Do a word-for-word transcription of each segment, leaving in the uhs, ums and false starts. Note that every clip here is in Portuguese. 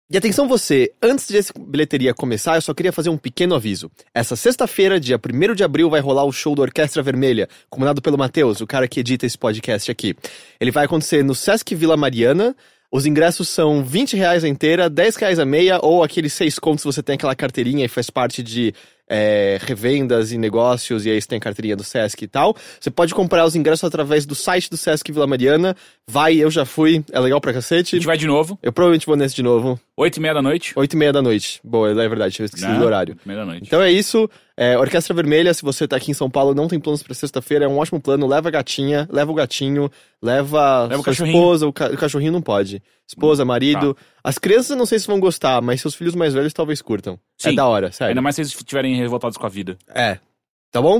E atenção você, antes de essa bilheteria começar, eu só queria fazer um pequeno aviso. Essa sexta-feira, dia primeiro de abril, vai rolar o show do Orquestra Vermelha, comandado pelo Matheus, o cara que edita esse podcast aqui. Ele vai acontecer no Sesc Vila Mariana. Os ingressos são vinte reais a inteira, dez reais a meia, ou aqueles seis contos se você tem aquela carteirinha e faz parte de é, revendas e negócios, e aí você tem a carteirinha do Sesc e tal. Você pode comprar os ingressos através do site do Sesc Vila Mariana. Vai, eu já fui, é legal pra cacete. A gente vai de novo. Eu provavelmente vou nesse de novo. Oito e meia da noite. Oito e meia da noite. Boa, é verdade, eu esqueci Não, do horário. Oito e meia da noite. Então é isso. É, Orquestra Vermelha, se você tá aqui em São Paulo e não tem planos pra sexta-feira, é um ótimo plano. Leva a gatinha, leva o gatinho, leva, leva sua o esposa, o, ca- o cachorrinho não pode. Esposa, marido. Tá. As crianças eu não sei se vão gostar, mas seus filhos mais velhos talvez curtam. Sim. É da hora, sério. Ainda mais se eles estiverem revoltados com a vida. É. Tá bom?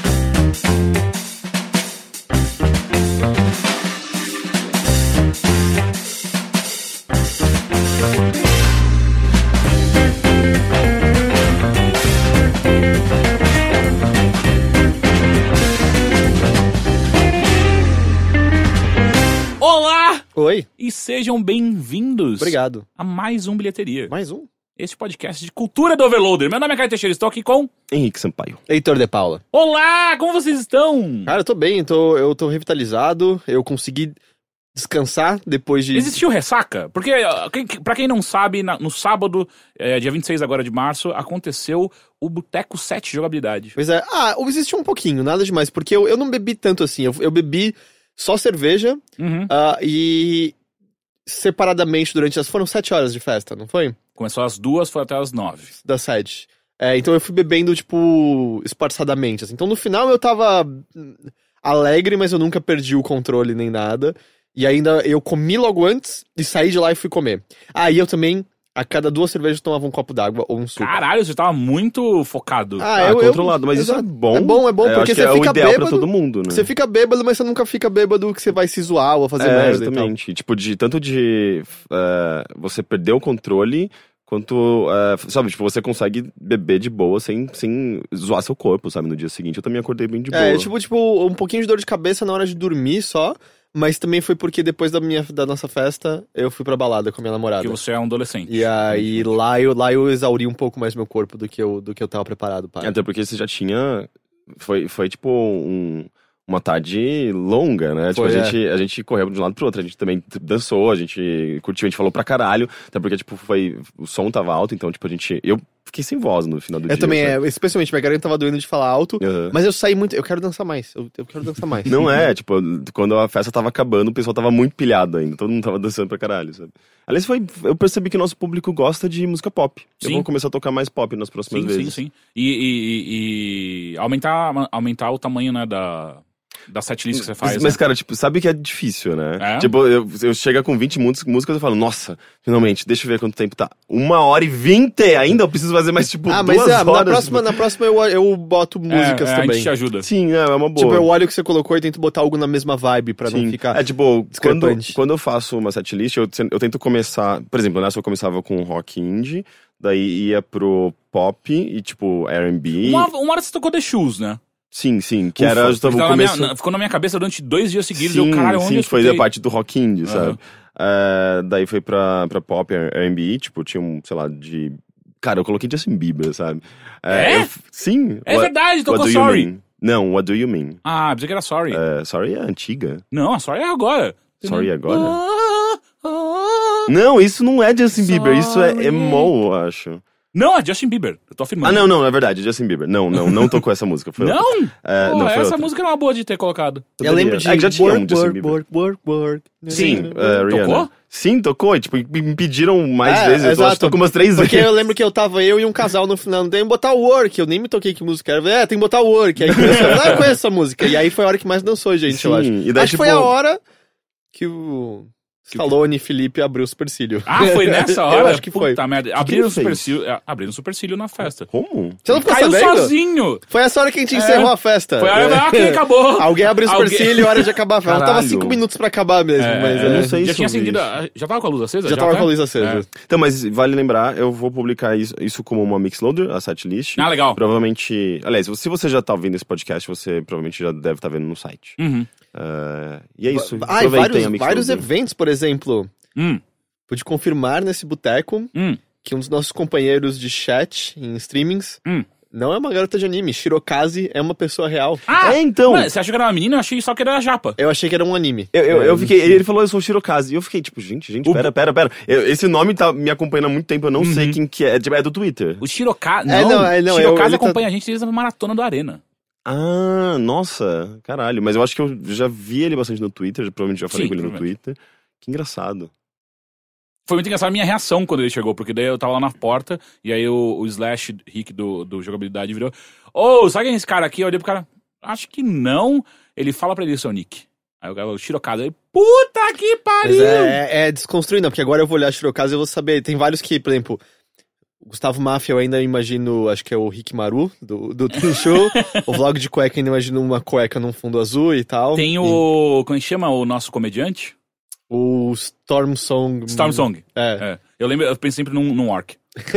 Olá! Oi. E sejam bem-vindos. Obrigado. A mais um Bilheteria. Mais um? Este podcast de cultura do Overloader. Meu nome é Caio Teixeira, estou aqui com... Henrique Sampaio. Heitor de Paula. Olá! Como vocês estão? Cara, eu tô bem, tô, eu tô revitalizado, eu consegui descansar depois de... Existiu ressaca? Porque, uh, quem- pra quem não sabe, na- no sábado, é, dia vinte e seis agora de março, aconteceu o Boteco sete Jogabilidade. Pois é, ah, existiu um pouquinho, nada demais, porque eu, eu não bebi tanto assim, eu, eu bebi só cerveja Uhum. ah, e separadamente durante as... Foram sete horas de festa, não foi? Começou às duas, foi até às nove. Das sete. É, então eu fui bebendo, tipo, esparçadamente, assim. Então no final eu tava hum, alegre, mas eu nunca perdi o controle nem nada. E ainda eu comi logo antes e saí de lá e fui comer. Ah, e eu também, a cada duas cervejas, tomava um copo d'água ou um suco. Caralho, você tava muito focado. Ah, Ah, eu, eu- controlado, mas isso é exato. bom. É bom, é bom, eu porque acho você que é fica o ideal bêbado, pra todo mundo, né? Você fica bêbado, mas você nunca fica bêbado que você vai se zoar ou fazer é, merda e tal. exatamente. Tipo, de, tanto de é, você perder o controle, quanto, é, sabe, tipo, você consegue beber de boa sem, sem zoar seu corpo, sabe, no dia seguinte. Eu também acordei bem de boa. É, tipo, tipo, um pouquinho de dor de cabeça na hora de dormir só, mas também foi porque depois da, minha, da nossa festa, eu fui pra balada com a minha namorada. Porque você é um adolescente. E aí, lá eu, lá eu exauri um pouco mais meu corpo do que eu, do que eu tava preparado para. Até porque você já tinha... Foi, foi tipo, um... Uma tarde longa, né? Foi, tipo, a, é. gente, a gente correu de um lado pro outro. A gente também dançou, a gente curtiu, a gente falou pra caralho. Até porque, tipo, foi... O som tava alto, então, tipo, a gente... Eu fiquei sem voz no final do Eu dia. também, sabe? é, especialmente, minha garganta tava doendo de falar alto, Aham. mas eu saí muito, eu quero dançar mais, eu, eu quero dançar mais. Não é, tipo, quando a festa tava acabando, o pessoal tava muito pilhado ainda. Todo mundo tava dançando pra caralho, sabe? Aliás, foi, eu percebi que o nosso público gosta de música pop. Eu Sim. vou começar a tocar mais pop nas próximas Sim, vezes. sim, sim. E, e- e- e aumentar, aumentar o tamanho, né, da, da setlist que você faz. Mas, mas, né? cara, tipo, sabe que é difícil, né? É? Tipo, eu, eu chego com vinte músicas, músicas e falo, nossa, finalmente, deixa eu ver quanto tempo tá. Uma hora e vinte ainda? Eu preciso fazer mais, tipo, Ah, mas duas é, horas. na próxima, na próxima eu, eu boto É, músicas é, A também. gente te ajuda. Sim, é, é uma boa. Tipo, eu olho o que você colocou e tento botar algo na mesma vibe pra Sim. não ficar... É, tipo, quando, discrepante. quando eu faço uma setlist, eu, eu tento começar... Por exemplo, nessa eu começava com rock indie, daí ia pro pop e, tipo, R and B. Uma, uma hora você tocou The Shoes, né? Sim, sim, que Ufa, era justamente ficou o na minha- começo... na- ficou na minha cabeça durante dois dias seguidos. Sim, eu, caralho, onde sim, eu foi escutei? da parte do rock indie, Aham. sabe? É, daí foi pra, pra pop, R and B, tipo, tinha um, sei lá, de... Cara, eu coloquei Justin Bieber, sabe? É? eu- sim. É What- verdade, What tocou do you Sorry. mean? Não, What Do You Mean? Ah, pensei que era Sorry. É, sorry é antiga. Não, a Sorry é agora. Sorry é agora? Ah, ah. Não, isso não é Justin Bieber, isso é Sorry. emo, eu acho. Não, é Justin Bieber. Eu tô afirmando. Ah, não, não, é verdade, é Justin Bieber. Não, não, não tocou essa música. Foi outra. Não? É, Pô, não, foi essa outra. música era uma boa de ter colocado. Eu lembro de É que já tinha um work, Justin work, Bieber. work, work, work. Sim, é, Rihanna. Tocou? Sim, tocou, e tipo, me me pediram mais É, vezes, eu exato. acho que tocou umas três Porque vezes. eu lembro que eu tava eu e um casal no final, tem que botar o work, eu nem me toquei que música era. É, tem que botar o work. Aí começou, ah, eu conheço essa música. E aí foi a hora que mais dançou, gente, Sim, eu acho. e daí, acho que tipo- foi a hora que o Stallone e Felipe abriu o supercílio. Ah, foi nessa hora? Eu acho que foi. Puta merda. que Abriram o ele fez? supercílio, é, abriram o supercílio na festa. Como? Você não ficou Caiu sabendo? sozinho. Foi essa hora que a gente É. encerrou a festa. Foi a hora que acabou. Alguém abriu o Alguém- supercílio, hora de acabar a festa. Tava Caralho. cinco minutos pra acabar mesmo, É, mas... eu é, não sei Já isso, tinha acendido. bicho. a- Já tava com a luz acesa? Já tava tá? com a luz acesa. É. Então, mas vale lembrar, eu vou publicar isso, isso como uma mixloader, a setlist. Ah, legal. Provavelmente... Aliás, se você já tá ouvindo esse podcast, você provavelmente já deve estar vendo no site. Uhum. É, e é isso. Ah, e Aproveitem vários, a mixloader. vários eventos, por exemplo. Hum. pude confirmar nesse boteco Hum. que um dos nossos companheiros de chat em streamings Hum. não é uma garota de anime. Shirokaze é uma pessoa real. Ah, É, então. Mano, você achou que era uma menina? Eu achei só que era japa. Eu achei que era um anime. Eu, eu, eu É, fiquei, ele falou, eu sou o Shirokaze. E eu fiquei, tipo, gente, gente, O- pera, pera, pera. Eu- esse nome tá me acompanhando há muito tempo, eu não Uhum. sei quem que é. Tipo, é do Twitter. O Shirokaze... Não, É, não, é, não, Shirokaze eu- ele tá- acompanha a gente desde a maratona do Arena. Ah, nossa, caralho. Mas eu acho que eu já vi ele bastante no Twitter, provavelmente já falei Sim, com ele no provavelmente. Twitter. Que engraçado. Foi muito engraçada a minha reação quando ele chegou, porque daí eu tava lá na porta, e aí o, o Slash Rick do, do Jogabilidade virou: Ô, sabe quem é esse cara aqui? Eu olhei pro cara, acho que não. Ele fala pra ele, seu Nick. Aí o cara, o Shirokaze, ele, puta que Mas pariu! é, é desconstruindo, porque agora eu vou olhar Shirokaze e eu vou saber. Tem vários que, por exemplo, o Gustavo Mafia eu ainda imagino, acho que é o Rick Maru, do, do Tenchu. O vlog de cueca eu ainda imagino uma cueca num fundo azul e tal. Tem E o. Como é que chama o nosso comediante? o Storm Song. Storm Song. É. É. Eu lembro, eu penso sempre num, num orc.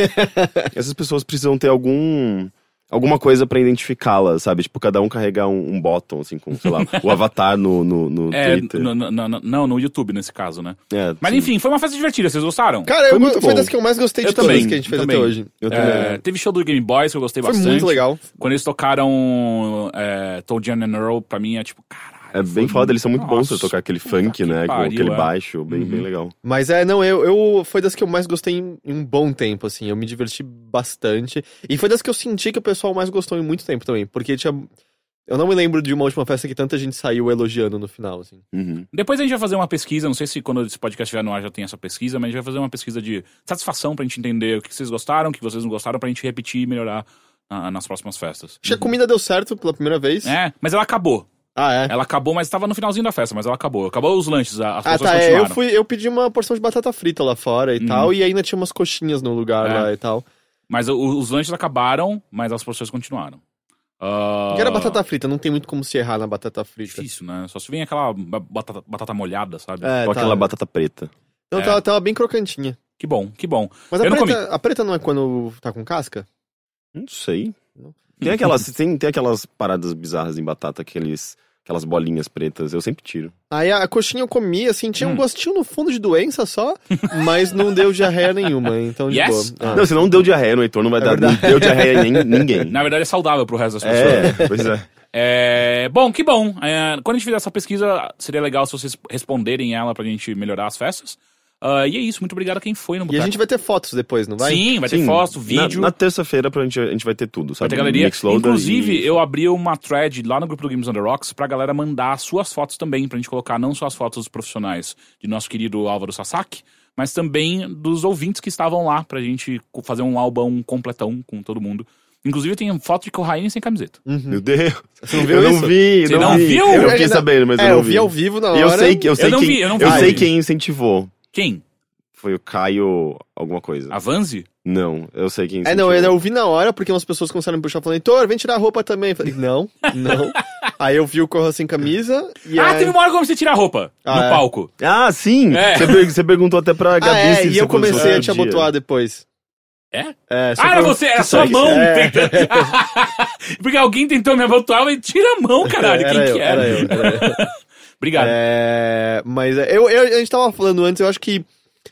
Essas pessoas precisam ter algum... Alguma coisa pra identificá-la, sabe? Tipo, cada um carregar um, um bottom, assim, com, sei lá, o avatar no, no, no É, Twitter. no, no, no, não, no YouTube nesse caso, né? É, Mas sim. enfim, foi uma festa divertida, vocês gostaram? Cara, Foi eu, muito foi bom. das que eu mais gostei de Eu todas também, que a gente fez também. até hoje. Eu É, também. teve show do Game Boys que eu gostei Foi bastante. muito legal. Quando eles tocaram é, Toad and Earl, pra mim é tipo, caralho. É bem foi foda, eles são muito bons pra Nossa, tocar aquele puta funk, que né? pariu, com aquele é. baixo, bem, Uhum. bem legal. Mas é, não, eu, eu foi das que eu mais gostei em, em um bom tempo, assim. Eu me diverti bastante. E foi das que eu senti que o pessoal mais gostou em muito tempo também. Porque tinha. Eu não me lembro de uma última festa que tanta gente saiu elogiando no final, assim. Uhum. Depois a gente vai fazer uma pesquisa, não sei se quando esse podcast estiver no ar já tem essa pesquisa, mas a gente vai fazer uma pesquisa de satisfação pra gente entender o que vocês gostaram, o que vocês não gostaram, pra gente repetir e melhorar ah, nas próximas festas. Acho que a comida deu certo pela primeira vez. É, mas ela acabou. Ah, é? Ela acabou, mas tava no finalzinho da festa, mas ela acabou. Acabou os lanches, a- as Ah, pessoas tá. É, continuaram. eu, fui, eu pedi uma porção de batata frita lá fora e Uhum. tal, e ainda tinha umas coxinhas no lugar É. lá e tal. Mas o- os lanches acabaram, mas as porções continuaram. Ah, Porque era batata frita, não tem muito como se errar na batata frita. Difícil, né? Só se vem aquela ba- batata, batata molhada, sabe? É, Com tá. aquela batata preta. Então É. tava, tava bem crocantinha. Que bom, que bom. Mas a Eu não preta, a preta não é quando tá com casca? Não sei. Não. Tem aquelas, tem, tem aquelas paradas bizarras em batata, aqueles, aquelas bolinhas pretas, eu sempre tiro. Aí a, a coxinha eu comi, assim, tinha Hum. um gostinho no fundo de doença só, mas não deu diarreia nenhuma, então de Yes? boa. É. Não, se não deu diarreia no Heitor, não vai dar. Não deu diarreia em nem- ninguém. Na verdade é saudável pro resto das pessoas. É, pois é. É, bom, que bom. É, quando a gente fizer essa pesquisa, seria legal se vocês responderem ela pra gente melhorar as festas. Ah, e é isso, muito obrigado a quem foi no E a Boteco. gente vai ter fotos depois, não vai? Sim, vai ter Sim, foto, vídeo. Na, na terça-feira pra gente, a gente vai ter tudo, Vai sabe? ter galeria. Mixloader Inclusive, e- eu abri uma thread lá no grupo do Games on the Rocks pra galera mandar suas fotos também, pra gente colocar não só as fotos profissionais de nosso querido Álvaro Sasaki, mas também dos ouvintes que estavam lá pra gente co- fazer um álbum completão com todo mundo. Inclusive, tem foto de Corraine sem camiseta. Meu Deus. Você não viu eu isso? não vi, Você não, não vi. viu? Eu Eu fiquei ainda- sabendo, mas É, eu não eu vi ao vivo na hora. E eu sei, que- eu sei não quem, vi, eu não eu vi. sei quem incentivou. Quem? Foi o Caio alguma coisa. A Vanzi? Não, eu sei quem É, incentivou. não, eu, eu vi na hora, porque umas pessoas começaram a me puxar falando, Heitor, vem tirar a roupa também. Eu falei, não, não. Aí eu vi o Corra sem camisa e Ah, aí... teve uma hora que eu comecei a tirar a roupa Ah, no é. palco. Ah, sim! É. Você, per- você perguntou até pra Gabi Ah, é, se e você eu comecei a te podia. abotoar depois. É? É, só Ah, era pra- você, era que sua segue. mão. É. tentando- Porque alguém tentou me abotoar e tira a mão, caralho. Era Quem eu, que era? era eu, era eu. Obrigado. É, mas é, eu, eu, a gente tava falando antes, eu acho que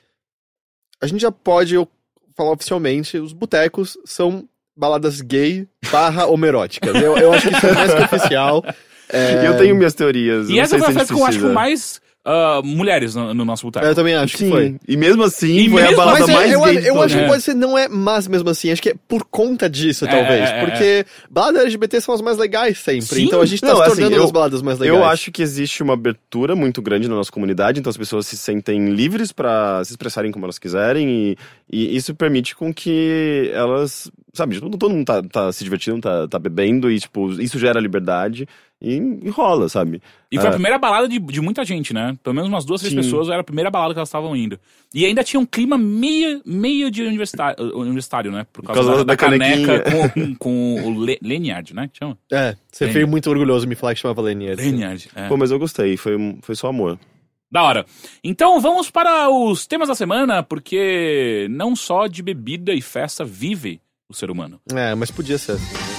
a gente já pode eu, falar oficialmente, os botecos são baladas gay barra homeróticas. Eu, eu acho que isso é mais que oficial. É, Eu tenho minhas teorias. E não essa sei foi a se festa gente que eu acho com precisa. mais ah, mulheres no, no nosso boteco. Eu também acho que Sim, foi. e mesmo assim E foi mesmo- a balada Mas é, mais eu, gay de eu todas. acho que É. pode ser, não é mas mesmo assim, acho que é por conta disso, É, talvez. é, é, porque baladas L G B T são as mais legais sempre. Sim. Então a gente tá Não, se assim, tornando eu- as baladas mais legais. Eu acho que existe uma abertura muito grande na nossa comunidade, então as pessoas se sentem livres pra se expressarem como elas quiserem e, e isso permite com que elas, sabe, tipo, todo mundo tá, tá se divertindo, tá, tá bebendo e, tipo, isso gera liberdade e, e rola, sabe? E foi a Ah, primeira balada de, de muita gente, né? Pelo menos umas duas, três Sim. pessoas era a primeira balada que elas estavam indo. E ainda tinha um clima meio, meio de universitário, universitário, né? Por causa, Por causa da, da da caneca canequinha. com, com o Le, Lanyard, né? Que chama? É, você Tem. veio muito orgulhoso me falar que chamava Lenier. Lanyard. É. Pô, mas eu gostei, foi, foi só amor. Da hora. Então vamos para os temas da semana, porque não só de bebida e festa vive o ser humano. É, mas podia ser assim. né?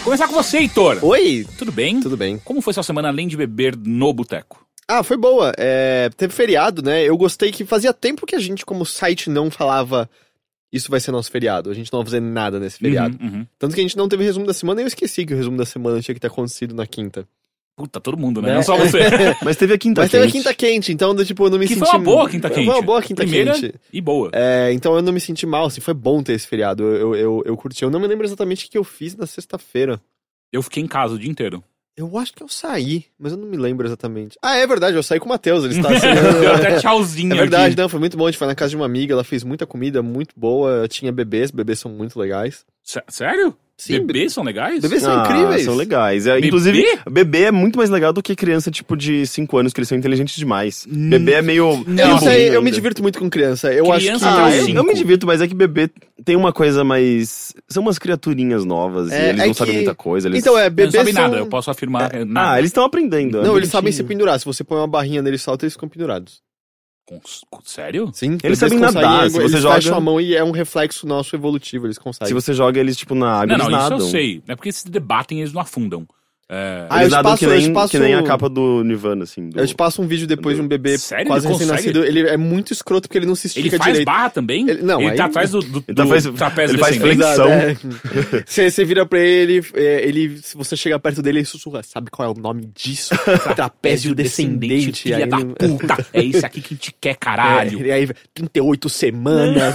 Começar com você, Heitor. Oi! Tudo bem? Tudo bem. Como foi sua semana além de beber no boteco? Ah, foi boa. É, teve feriado, né? Eu gostei que fazia tempo que a gente, como site, não falava isso vai ser nosso feriado. A gente não vai fazer nada nesse feriado. Uhum, uhum. Tanto que a gente não teve resumo da semana e eu esqueci que o resumo da semana tinha que ter acontecido na quinta. Puta, todo mundo, né? Né? Não só você. Mas teve a quinta Mas quente. teve a quinta quente, então tipo, eu não me Que senti... foi uma boa quinta quente. Foi uma boa quinta Primeira quente. e boa. É, então eu não me senti mal, assim, foi bom ter esse feriado. Eu, eu, eu, eu curti. Eu não me lembro exatamente o que eu fiz na sexta-feira. Eu fiquei em casa o dia inteiro. Eu acho que eu saí, mas eu não me lembro exatamente. Ah, é verdade, eu saí com o Matheus, ele está assim. Deu até tchauzinho É verdade, aqui. não, foi muito bom. A gente foi na casa de uma amiga, ela fez muita comida muito boa. Tinha bebês, bebês são muito legais. S- Sério? Sim, Bebês são legais? Bebês são Ah, incríveis. São legais. É, Bebê? Inclusive, bebê é muito mais legal do que criança, tipo, de cinco anos, que eles são inteligentes demais. Bebê é meio... Eu Não. não sei, eu ainda. me divirto muito com criança. Eu Criança acho Ah, que. até eu, os eu me cinco. divirto, mas é que bebê tem uma coisa mais... São umas criaturinhas novas, É, e eles é não que- sabem muita coisa. Eles... Então, é, Eu não bebês sabe são... nada, eu posso afirmar nada. Ah, eles estão aprendendo. é Não, eles sabem se bonitinho. pendurar. Se você põe uma barrinha neles, salta, eles ficam pendurados. Com- com- Sério? Sim, Eles bebês sabem conseguem- nadar, se Eles você joga- fecham a mão e é um reflexo nosso evolutivo, eles conseguem. Se você joga eles, tipo, na água, Não, eles não, isso nadam. eu sei. É porque se debatem eles não afundam. É... Ah, eu Eles te nadam passo- que, eu nem, te passo- que nem a capa do Nirvana, assim. Do... Eu te passo um vídeo depois de um bebê Sério? quase Ele consegue? recém-nascido. Ele é muito escroto porque ele não se Ele estica faz direito. barra também? Ele- não, ele aí- tá atrás do, do, Ele tá do faz- trapézio ele faz descendente. flexão. Exato, é. Você, você vira pra ele, é, ele, se você chegar perto dele, ele sussurra. Sabe qual é o nome disso? Trapézio descendente. filha Aí da ele- puta. É esse aqui que te quer, caralho. É, e aí, trinta e oito semanas.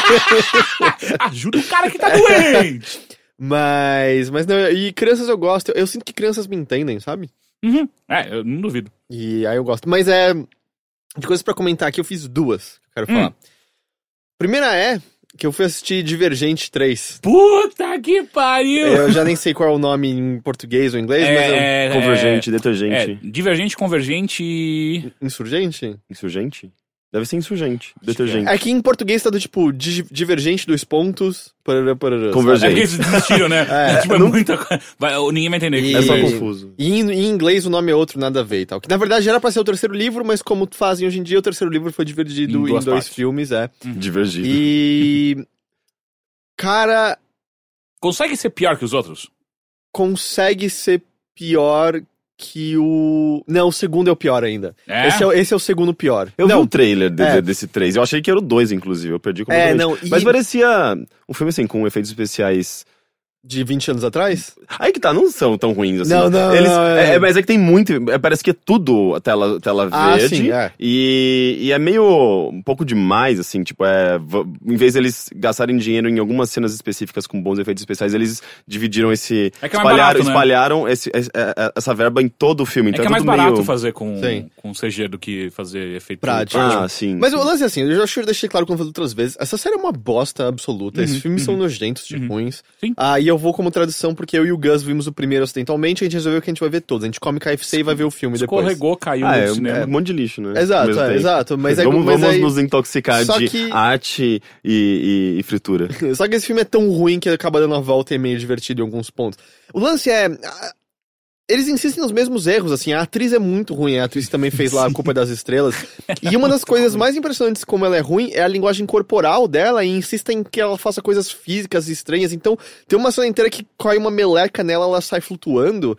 Ajuda o cara que tá doente. mas, mas não, e crianças eu gosto. Eu, eu sinto que crianças me entendem, sabe? Uhum. É, eu não duvido. E aí eu gosto. Mas é. De coisas pra comentar aqui, eu fiz duas que eu quero Hum. falar. Primeira é que eu fui assistir Divergente três. Puta que pariu. Eu já nem sei qual é o nome em português ou inglês, mas é É, é, Convergente, é, detergente. divergente, convergente e... Insurgente? Insurgente? Deve ser insurgente. Detergente. É que em português tá do tipo di- divergente, dois pontos. Parará, parará, Convergente. É porque eles desistiram, né? É. tipo, é Não- muita coisa. Vai, ninguém vai entender. E- É só E- confuso. E em, em inglês o nome é outro, nada a ver e tal. Que na verdade era pra ser o terceiro livro, mas como fazem hoje em dia, o terceiro livro foi dividido Em em, duas dois partes. filmes, é. Divergido. E. Cara, Consegue ser pior que os outros? consegue ser pior que o. Não, o segundo é o pior ainda. É? Esse, é, o- esse é o segundo pior. Eu não, vi o trailer de- é. de- desse três. Eu achei que era o dois, inclusive. Eu perdi completamente. É, não, e- Mas parecia um filme, assim, com efeitos especiais. de vinte anos atrás? Aí que tá, não são tão ruins assim. Não, não, Eles, não, é. é, mas é que tem muito. é, parece que é tudo tela, tela Ah, verde. sim, é. e, e é meio. um pouco demais, assim. Tipo, é. v- Em vez deles gastarem dinheiro em algumas cenas específicas com bons efeitos especiais, eles dividiram esse. É que é mais espalharam barato, né? espalharam esse, esse- é- essa verba em todo o filme. É Então que é mais tudo barato meio... fazer com, Sim. com C G do que fazer efeito Prático. Ah, sim. Mas sim. o lance é assim, eu já acho que eu deixei claro quando eu falei outras vezes, essa série é uma bosta absoluta, Uhum, esses filmes uhum. são nojentos de Uhum. ruins. Sim. Ah, e eu vou como tradução porque eu e o Gus vimos o primeiro acidentalmente, a gente resolveu que a gente vai ver todos, a gente come K F C e vai ver o filme depois. Escorregou, caiu Ah, no é, cinema. é um monte de lixo, né? Exato, Ao mesmo é, tempo. exato, mas é- vamos mas vamos aí- nos intoxicar Só de que- arte e, e- e fritura. Só que esse filme é tão ruim que acaba dando a volta e é meio divertido em alguns pontos. O lance é... ah, eles insistem nos mesmos erros, assim, a atriz é muito ruim, a atriz também fez lá A Culpa das Estrelas. E uma das coisas mais impressionantes como ela é ruim é a linguagem corporal dela, e insistem que ela faça coisas físicas estranhas. Então, tem uma cena inteira que cai uma meleca nela, ela sai flutuando.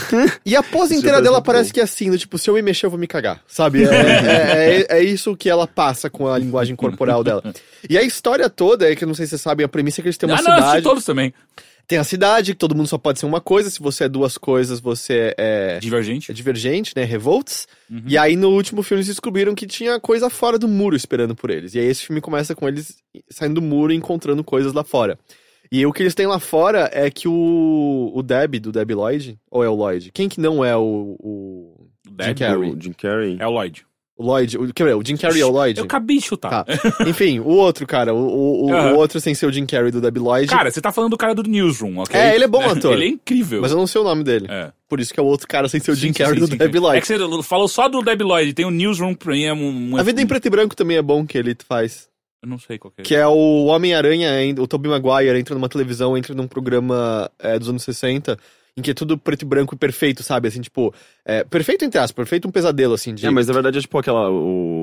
E a pose Isso inteira parece dela muito parece bom. que é assim, do tipo, se eu me mexer eu vou me cagar, sabe? É, é, é- é isso que ela passa com a linguagem corporal dela. E a história toda, é que eu não sei se vocês sabem, a premissa é que eles têm uma ah, não, eu assisti cidade... todos também. Tem a cidade, que todo mundo só pode ser uma coisa. Se você é duas coisas, você é, Divergente. é divergente, né? Revolts. Uhum. E aí, no último filme, eles descobriram que tinha coisa fora do muro esperando por eles. E aí, esse filme começa com eles saindo do muro e encontrando coisas lá fora. E o que eles têm lá fora é que o, o Deb, do Deb Lloyd, ou é o Lloyd? Quem que não é o, o Deb, Jim Carrey? O Jim Carrey. É o Lloyd. O Lloyd, o, quer ver, o Jim Carrey é o Lloyd? Eu acabei de chutar. Tá. Enfim, o outro, cara, o, o, o- Aham. o outro sem ser o Jim Carrey do Deb Lloyd. Cara, você tá falando do cara do Newsroom, ok? É, ele é bom ator. Ele é incrível. Mas eu não sei o nome dele. É. Por isso que é o outro cara sem ser o Jim Sim, Carrey sim, do sim, Deb sim. Lloyd. É que você falou só do Deb Lloyd, tem o Newsroom Premium. Um, A Vida em Preto e Branco também é bom que ele faz. Eu não sei qual que é. Que é o Homem-Aranha, o Tobey Maguire entra numa televisão, entra num programa é, dos anos sessenta, em que é tudo preto e branco e perfeito, sabe? Assim, tipo, é, perfeito entre aspas, perfeito um pesadelo, assim, de... É, mas na verdade é tipo aquela. O,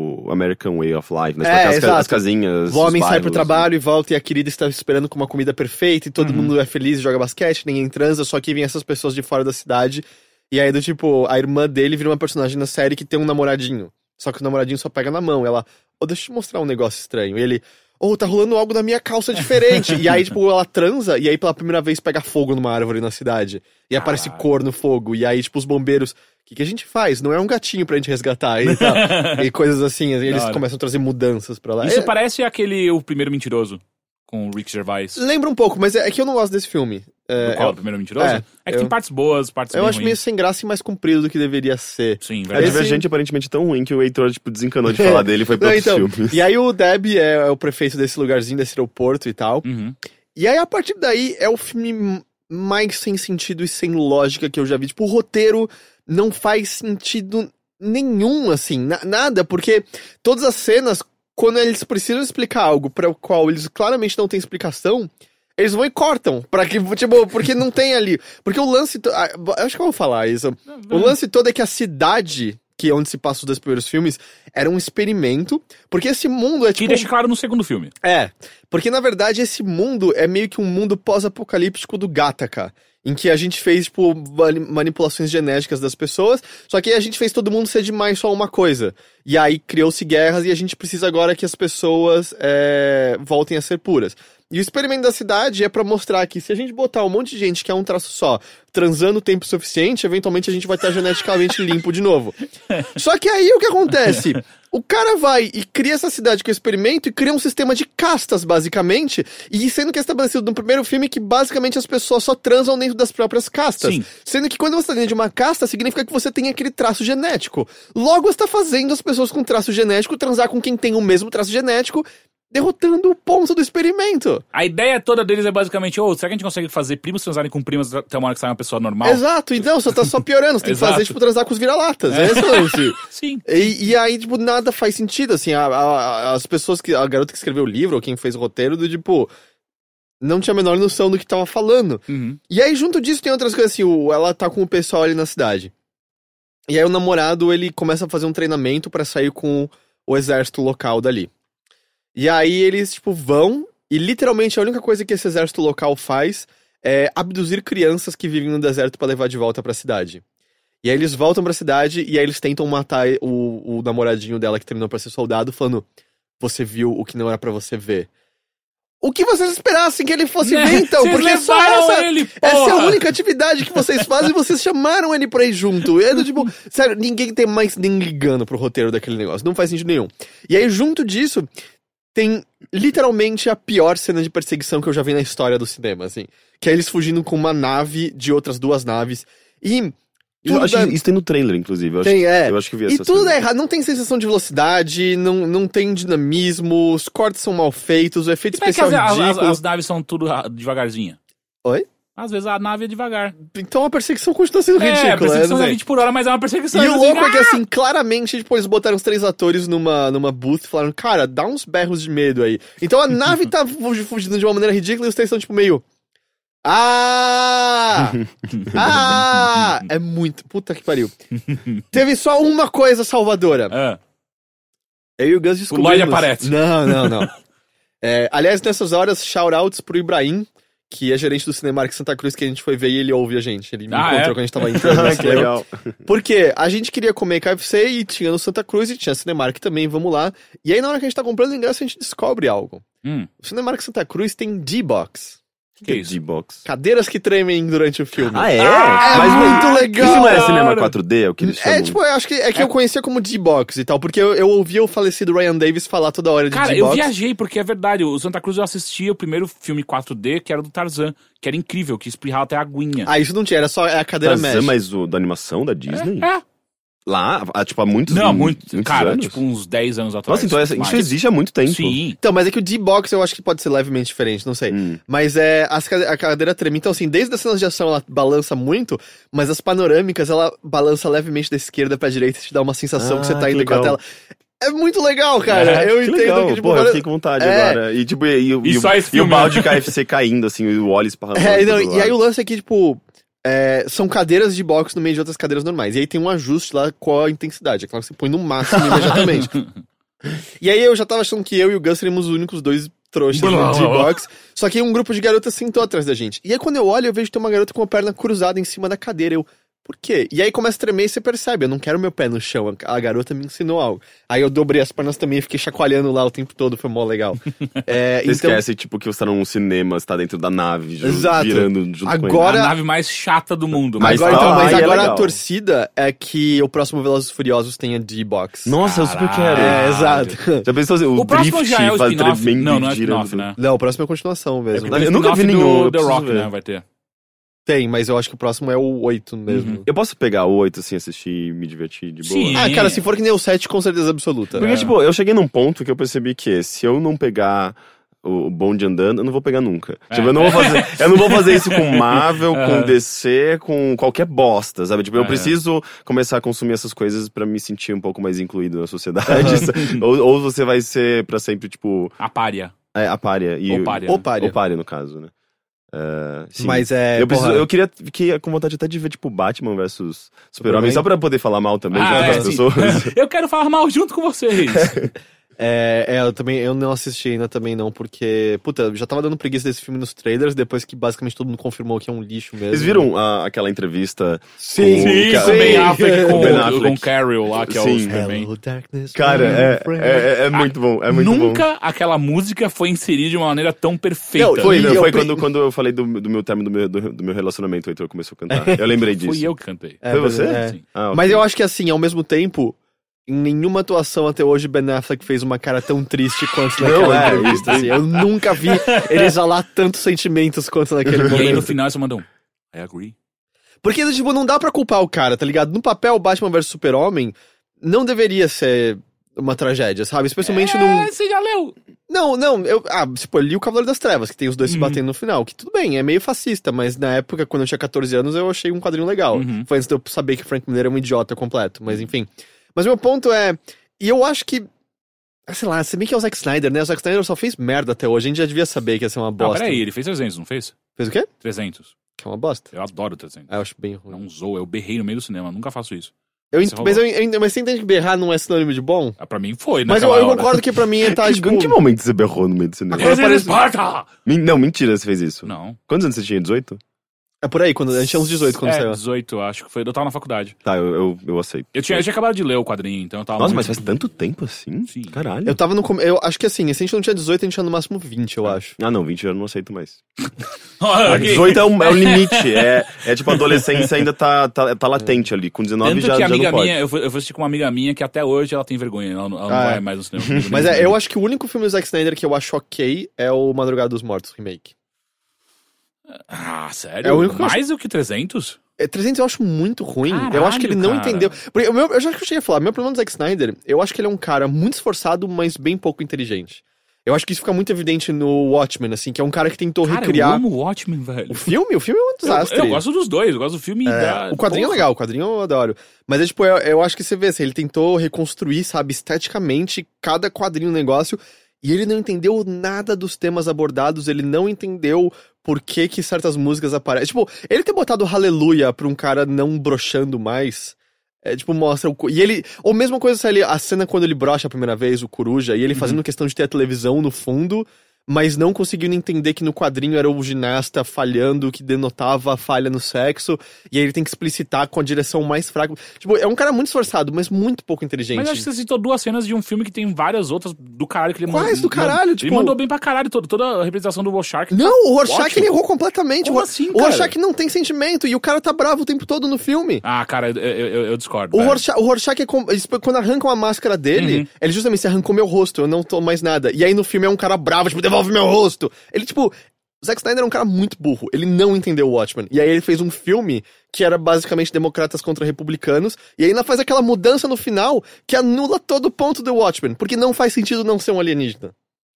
o American Way of Life, né? Tipo, É, aquelas ca- exato. as casinhas. O homem os sai pro bairros, trabalho e volta e a querida está esperando com uma comida perfeita e todo Uhum. mundo é feliz e joga basquete, ninguém transa, só que vem essas pessoas de fora da cidade. E aí, do tipo, a irmã dele vira uma personagem na série que tem um namoradinho. Só que o namoradinho só pega na mão. Ela, ô, deixa eu te mostrar um negócio estranho. E ele, ô, tá rolando algo na minha calça diferente. E aí, tipo, ela transa e aí pela primeira vez pega fogo numa árvore na cidade. E aparece Caralho. cor no fogo. E aí, tipo, os bombeiros, o que, que a gente faz? Não é um gatinho pra gente resgatar e tal. E coisas assim. E eles hora. começam a trazer mudanças pra lá. Isso É- parece aquele O Primeiro Mentiroso, com o Rick Gervais. Lembra um pouco, mas é, é que eu não gosto desse filme. É, Do qual? eu, O Primeiro Mentiroso? é, É, que eu- tem partes boas, partes eu bem acho meio ruins. sem graça e mais comprido do que deveria ser. Sim, A verdade. Esse- Divergente aparentemente tão ruim que o Heitor, tipo, desencanou de falar dele e foi pra Não, outros então, filmes. e aí o Deb é, é o prefeito desse lugarzinho, desse aeroporto e tal. Uhum. E aí, a partir daí, é o filme m- mais sem sentido e sem lógica que eu já vi. Tipo, o roteiro não faz sentido nenhum, assim, na- nada, porque todas as cenas, quando eles precisam explicar algo para o qual eles claramente não têm explicação, eles vão e cortam, para que, tipo, porque não tem ali. Porque o lance, to- ah, eu acho que eu vou falar isso. O lance todo é que a cidade, que é onde se passa os dois primeiros filmes, era um experimento, porque esse mundo é Que tipo... deixa claro no segundo filme. É, porque na verdade esse mundo é meio que um mundo pós-apocalíptico do Gattaca, em que a gente fez, tipo, mani- manipulações genéticas das pessoas, só que a gente fez todo mundo ser demais só uma coisa. E aí criou-se guerras e a gente precisa agora que as pessoas é, voltem a ser puras. E o experimento da cidade é pra mostrar que se a gente botar um monte de gente que é um traço só, transando o tempo suficiente, eventualmente a gente vai estar geneticamente limpo de novo. Só que aí o que acontece? O cara vai e cria essa cidade com o experimento e cria um sistema de castas, basicamente, e sendo que é estabelecido no primeiro filme que basicamente as pessoas só transam dentro das próprias castas. Sim. Sendo que quando você tá dentro de uma casta, significa que você tem aquele traço genético. Logo, você tá fazendo as pessoas com traço genético transar com quem tem o mesmo traço genético, derrotando o ponto do experimento. A ideia toda deles é basicamente, ô, será que a gente consegue fazer primos transarem com primas até uma hora que sai uma pessoa normal? Exato, então, você tá só piorando, você tem que Exato. fazer, tipo, transar com os vira-latas. É esse o lance. Sim. E, e aí, tipo, nada faz sentido, assim, a- a- as pessoas que, a garota que escreveu o livro, ou quem fez o roteiro, do tipo, não tinha a menor noção do que tava falando. Uhum. E aí, junto disso, tem outras coisas, assim, o, ela tá com o pessoal ali na cidade. E aí o namorado, ele começa a fazer um treinamento pra sair com o exército local dali. E aí eles, tipo, vão, e literalmente a única coisa que esse exército local faz é abduzir crianças que vivem no deserto pra levar de volta pra cidade. E aí eles voltam pra cidade, e aí eles tentam matar o, o namoradinho dela que treinou pra ser soldado, falando, você viu o que não era pra você ver. O que vocês esperassem que ele fosse Né? ver, então? Vocês Porque só levaram essa, ele, essa é a porra! única atividade que vocês fazem e vocês chamaram ele pra ir junto. É do tipo, sério, ninguém tem mais nem ligando pro roteiro daquele negócio. Não faz sentido nenhum. E aí, junto disso, tem literalmente a pior cena de perseguição que eu já vi na história do cinema, assim. Que é eles fugindo com uma nave de outras duas naves. E. Eu tudo acho dá- que isso tem no trailer, inclusive. Eu acho, Tem, é. eu acho que vi E essa tudo cena. é errado, não tem sensação de velocidade, não, não tem dinamismo, os cortes são mal feitos, o efeito Como é que especial as, é as, ridículo. as naves são tudo ra- devagarzinha? Oi? Às vezes a nave é devagar. Então a perseguição continua sendo É, a ridícula. perseguição né? é vinte por hora, mas é uma perseguição. E o assim, louco é que, ah! assim, claramente, tipo, eles botaram os três atores numa, numa booth e falaram, cara, dá uns berros de medo aí. Então a nave tá fugi- fugindo de uma maneira ridícula e os três estão, tipo, meio... Ah! Ah! É muito... Puta que pariu. Teve só uma coisa salvadora. Ah, Eu e o Gus o descobrimos... Lloyd aparece. Não, não, não. É, aliás, nessas horas, shoutouts pro Ibrahim, que é gerente do Cinemark Santa Cruz, que a gente foi ver e ele ouve a gente. Ele me Ah, encontrou é? quando a gente tava entrando no Que cinema. legal. Porque a gente queria comer K F C e tinha no Santa Cruz e tinha Cinemark também, vamos lá. E aí na hora que a gente tá comprando o ingresso, a gente descobre algo. Hum, O Cinemark Santa Cruz tem D-Box. que isso? D-Box. Cadeiras que tremem durante o filme. Ah, é? Ah, É Mas muito não- legal! Isso não é Cara. cinema quatro D? É o que eles chamam? É, tipo, eu acho que é que eu conhecia como D-Box e tal, porque eu, eu ouvia o falecido Ryan Davis falar toda hora de Cara, D-Box. eu viajei, porque é verdade. O Santa Cruz eu assistia o primeiro filme quatro D, que era do Tarzan, que era incrível, que espirrava até a aguinha. Ah, isso não tinha, era só a cadeira Tarzan, mesh. mas o da animação da Disney? É. Lá, há, tipo, há muitos Não, muito. muitos Cara, anos? tipo uns dez anos atrás. Nossa, então essa, isso mais. existe há muito tempo. Sim. Então, mas é que o D-Box eu acho que pode ser levemente diferente, não sei. Hum. Mas é, as, cade- a cadeira treme. Então, assim, desde as cenas de ação ela balança muito, mas as panorâmicas ela balança levemente da esquerda pra direita e te dá uma sensação Ah, que você tá que indo com a legal. tela. É muito legal, cara. É, eu Que entendo legal, que, tipo, porra, eu várias- fiquei com vontade É. agora. E, tipo, e, e, E o- só esse e o filme, balde né? de K F C caindo, assim, e o Wally esparramando. É, não, pro e lado. aí o lance é que, tipo, é, são cadeiras de box no meio de outras cadeiras normais. E aí tem um ajuste lá com a intensidade. É claro que você põe no máximo imediatamente. E aí eu já tava achando que eu e o Gus seríamos os únicos dois trouxas Blá, de blá, blá. box. Só que um grupo de garotas sentou atrás da gente. E aí quando eu olho, eu vejo que tem uma garota com a perna cruzada em cima da cadeira. Eu, por quê? E aí começa a tremer e você percebe, eu não quero meu pé no chão. A garota me ensinou algo. Aí eu dobrei as pernas também e fiquei chacoalhando lá o tempo todo, foi mó legal. É, Você então, esquece, tipo, que você tá num cinema, você tá dentro da nave, ju- Exato. virando junto com ele. Agora- A nave mais chata do mundo. Mas agora, tá então, lá mas e é agora a legal. torcida é que o próximo Velozes e Furiosos tenha D-Box. Nossa, eu super Caralho. quero. É, exato. Já pensou assim, o, O próximo drift já é o faz spin-off. tremendo Não, não é girando. spin-off, né? Não, o próximo é a continuação mesmo. É, eu nunca vi Spin-off nenhum, eu do The preciso Rock, ver. né? Vai ter. Tem, mas eu acho que o próximo é o oito mesmo. Uhum. Eu posso pegar o oito, assim, assistir e me divertir de boa? Sim. Ah, cara, se for que nem o sete, com certeza absoluta. Porque, É. tipo, eu cheguei num ponto que eu percebi que se eu não pegar o bonde andando, eu não vou pegar nunca. É. Tipo, eu não vou fazer, eu não vou fazer isso com Marvel, com Aham. D C, com qualquer bosta, sabe? Tipo, eu É. preciso começar a consumir essas coisas pra me sentir um pouco mais incluído na sociedade. ou, ou você vai ser pra sempre, tipo, A pária. é, a pária. E, Ou pária. Ou pária. Ou pária, no caso, né? É, sim. Mas é. Eu, preciso, porra, eu queria, fiquei com vontade até de ver, tipo, Batman versus Super-Homem, Superman. só pra poder falar mal também, Ah, junto é, com as sim. pessoas. Eu quero falar mal junto com vocês. É, é, eu também eu não assisti ainda também não, porque, puta, eu já tava dando preguiça desse filme nos trailers, depois que basicamente todo mundo confirmou que é um lixo mesmo. Vocês viram a- aquela entrevista? Sim, com o Sim, ca- com o Ben Affleck, com O Ben o Affleck. com o Carol lá, que é o Sim. Superman. Hello, darkness, Cara, my é, friend. é, é muito bom, é muito bom. Nunca aquela música foi inserida de uma maneira tão perfeita. Não, Foi, E não, eu foi pe- quando, quando eu falei do, do meu término do meu, do, do meu relacionamento, o Heitor começou a cantar. Eu lembrei disso. Fui eu que cantei. É, Foi você? é. Sim. Ah, ok. Mas eu acho que assim, ao mesmo tempo, em nenhuma atuação até hoje Ben Affleck fez uma cara tão triste quanto Não, naquela é, entrevista. Assim. Eu nunca vi ele exalar tantos sentimentos quanto naquele E aí no momento. final você mandou um I agree. Porque, tipo, não dá pra culpar o cara, tá ligado? No papel, Batman versus Super-Homem não deveria ser uma tragédia, sabe? Especialmente num... É, você já leu. Não, não, eu, ah, tipo, eu li o Cavaleiro das Trevas, que tem os dois se Uhum. batendo no final, que tudo bem, é meio fascista, mas na época, quando eu tinha catorze anos, eu achei um quadrinho legal. Uhum. Foi antes de eu saber que o Frank Miller é um idiota completo, mas enfim. Mas o meu ponto é, e eu acho que, ah, sei lá, se bem que é o Zack Snyder, né? O Zack Snyder só fez merda até hoje, a gente já devia saber que ia ser uma Não, bosta. peraí, ele fez trezentos, não fez? Fez o quê? trezentos. Que é uma bosta. Eu adoro trezentos. Ah, eu acho bem ruim. Não usou, eu berrei no meio do cinema, nunca faço isso. Eu Você ent- mas, eu, eu- mas você entende que berrar não é sinônimo de bom? Ah, pra mim foi, né? Mas eu, eu concordo que pra mim tá, Que- tipo... Em que momento você berrou no meio do cinema? Agora parece- Esparta! Men- Não, mentira, você fez isso. Não. Quantos anos você tinha? dezoito? É por aí, quando, a gente tinha uns dezoito quando é, saiu. dezoito, acho que foi. Eu tava na faculdade. Tá, eu, eu, eu aceito. Eu tinha, eu tinha acabado de ler o quadrinho, então eu tava. Nossa, muito... mas faz tanto tempo assim? Sim. Caralho. Eu tava no... come- Eu acho que assim, se a gente não tinha dezoito, a gente tinha no máximo vinte, eu acho. Ah, não, vinte eu não aceito mais. Ah, ok. dezoito é o, é o limite. É, é tipo, a adolescência ainda tá, tá, tá latente ali. Com dezenove Tanto já, que a já amiga não pode. minha, eu fui, eu fui assistir com uma amiga minha que até hoje ela tem vergonha. Ela, não- ela não Ah, é. vai mais no cinema. comigo, Mas nem é, comigo. eu acho que o único filme do Zack Snyder que eu acho ok é o Madrugada dos Mortos remake. Ah, sério? É o único que eu Mais do que trezentos? É, trezentos eu acho muito ruim. Caralho, eu acho que ele não cara. entendeu. Porque o meu, eu já que eu cheguei a falar, meu problema do Zack Snyder, eu acho que ele é um cara muito esforçado, mas bem pouco inteligente. Eu acho que isso fica muito evidente no Watchmen, assim, que é um cara que tentou Cara, recriar. eu amo o Watchmen, velho. O filme? O filme é um Eu, desastre. eu gosto dos dois, eu gosto do filme É, da... o quadrinho Porra. é legal, o quadrinho eu adoro. Mas é tipo, eu, eu acho que você vê assim, ele tentou reconstruir, sabe, esteticamente cada quadrinho do negócio, e ele não entendeu nada dos temas abordados, ele não entendeu por que que certas músicas aparecem. Tipo, ele ter botado Hallelujah pra um cara não broxando mais, é tipo, mostra o... co- E ele... Ou mesma coisa, sabe, a cena quando ele brocha a primeira vez, o Coruja, e ele fazendo questão de ter a televisão no fundo, mas não conseguindo entender que no quadrinho era o ginasta falhando, que denotava a falha no sexo, e aí ele tem que explicitar com a direção mais fraca. Tipo, é um cara muito esforçado, mas muito pouco inteligente. Mas acho que você citou duas cenas de um filme que tem várias outras do caralho que ele mandou. Quais do caralho? Ele Tipo- mandou bem pra caralho todo, toda a representação do Rorschach. Não, o Rorschach Ótimo. ele errou completamente. Como o, assim, o cara? Rorschach não tem sentimento, e o cara tá bravo o tempo todo no filme. Ah, cara, eu, eu, eu- eu discordo. O velho. Rorschach, o Rorschach é como, eles- quando arrancam a máscara dele, Uhum. ele justamente se arrancou meu rosto, eu não tô mais nada. E aí no filme é um cara bravo, tipo, devolve meu rosto. Ele, tipo, o Zack Snyder é um cara muito burro, ele não entendeu o Watchmen. E aí ele fez um filme que era basicamente democratas contra republicanos, e ainda faz aquela mudança no final que anula todo o ponto do Watchmen, porque não faz sentido não ser um alienígena.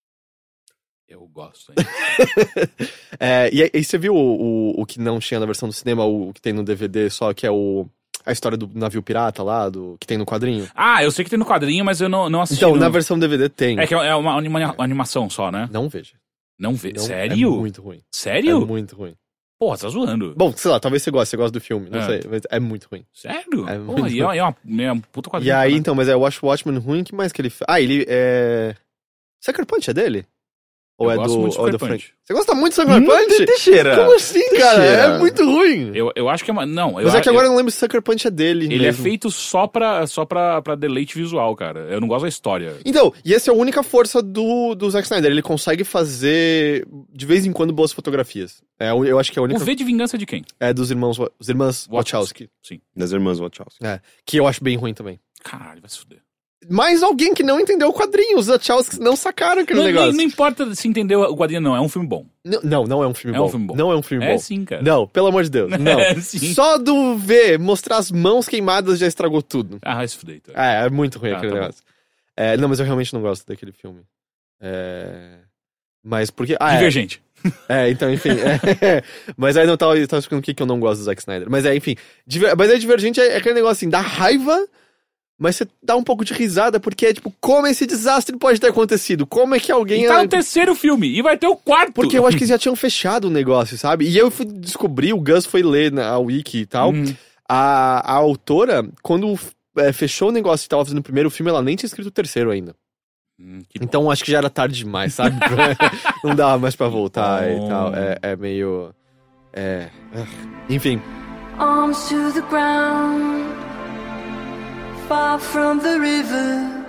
Eu gosto, hein? É, e aí você viu o, o, o que não tinha na versão do cinema, o que tem no D V D só, que é o... A história do navio pirata lá, do que tem no quadrinho? Ah, eu sei que tem no quadrinho, mas eu não, não assisti. Então, no... na versão D V D tem. É que é uma, anima- animação só, né? Não veja. Não vê. Não, Sério? É muito ruim. Sério? É muito ruim. Porra, você tá zoando. Bom, sei lá, talvez você goste, você gosta do filme, não É. sei, mas é muito ruim. Sério? É Porra, muito e é, é, uma, é um puta quadrinho. E aí, cara. então, mas é, eu acho o Watchmen ruim, o que mais que ele fez? Ah, ele é... Sucker Punch é dele? Ou Eu é gosto do, muito de ou é Sucker do Punch. Frank? Você gosta muito de Sucker Hum, Punch? Teixeira. Como assim, cara? Teixeira. É muito ruim. Eu, eu acho que é uma... Não, eu Mas é que eu- agora eu não lembro se Sucker Punch é dele Ele mesmo. é feito só pra, só pra, pra deleite visual, cara. Eu não gosto da história. Então, e essa é a única força do, do Zack Snyder. Ele consegue fazer, de vez em quando, boas fotografias. É, eu acho que é a O única... V de Vingança é de quem? É dos irmãos, os irmãos Wachowski. Sim. Das irmãs Wachowski. É, que eu acho bem ruim também. Caralho, vai se fuder. Mais alguém que não entendeu o quadrinho. Os Wachowski não sacaram aquele Não, negócio. não, não importa se entendeu o quadrinho, não. É um filme bom. Não, não, não é um filme É bom. um filme bom. Não é um filme É bom. sim, cara. Não, pelo amor de Deus. Não. É, sim. Só do ver, mostrar as mãos queimadas já estragou tudo. Ah, vai se fuder, então. É, é muito ruim Tá, aquele tá bom. negócio. É, não, mas eu realmente não gosto daquele filme. É... Mas porque... Ah, é. Divergente. É, então, enfim. é. Mas aí não tava, tava explicando o que, que eu não gosto do Zack Snyder. Mas é, enfim. Diver... Mas é Divergente, é, é aquele negócio assim, dá raiva, mas você dá um pouco de risada, porque é tipo, como esse desastre pode ter acontecido? Como é que alguém... E tá no terceiro filme. E vai ter o quarto. Porque eu acho que eles já tinham fechado o negócio, sabe? E eu fui descobrir, o Gus foi ler na wiki e tal. Uhum. A, a autora, quando é, fechou o negócio e tava fazendo o primeiro filme, ela nem tinha escrito o terceiro ainda. Hum, que bom. Então acho que já era tarde demais, sabe? Não dava mais pra voltar bom. e tal. É, é meio. É. ah, Enfim. Arms to the ground, far from the rivers.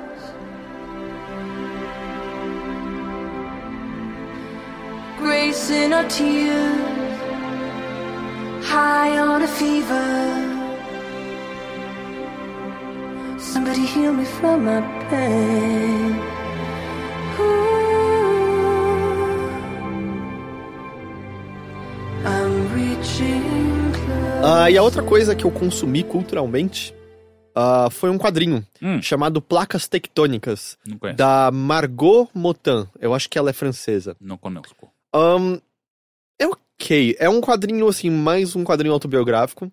Grace in our tears, high on a fever. Somebody heal me from my pain. Ooh, I'm reaching close. Ah, e a outra coisa que eu consumi culturalmente ah, foi um quadrinho Hum. chamado Placas Tectônicas, Não conheço. da Margot Motin. Eu acho que ela é francesa. Não conheço. Um, é ok. É um quadrinho, assim, mais um quadrinho autobiográfico.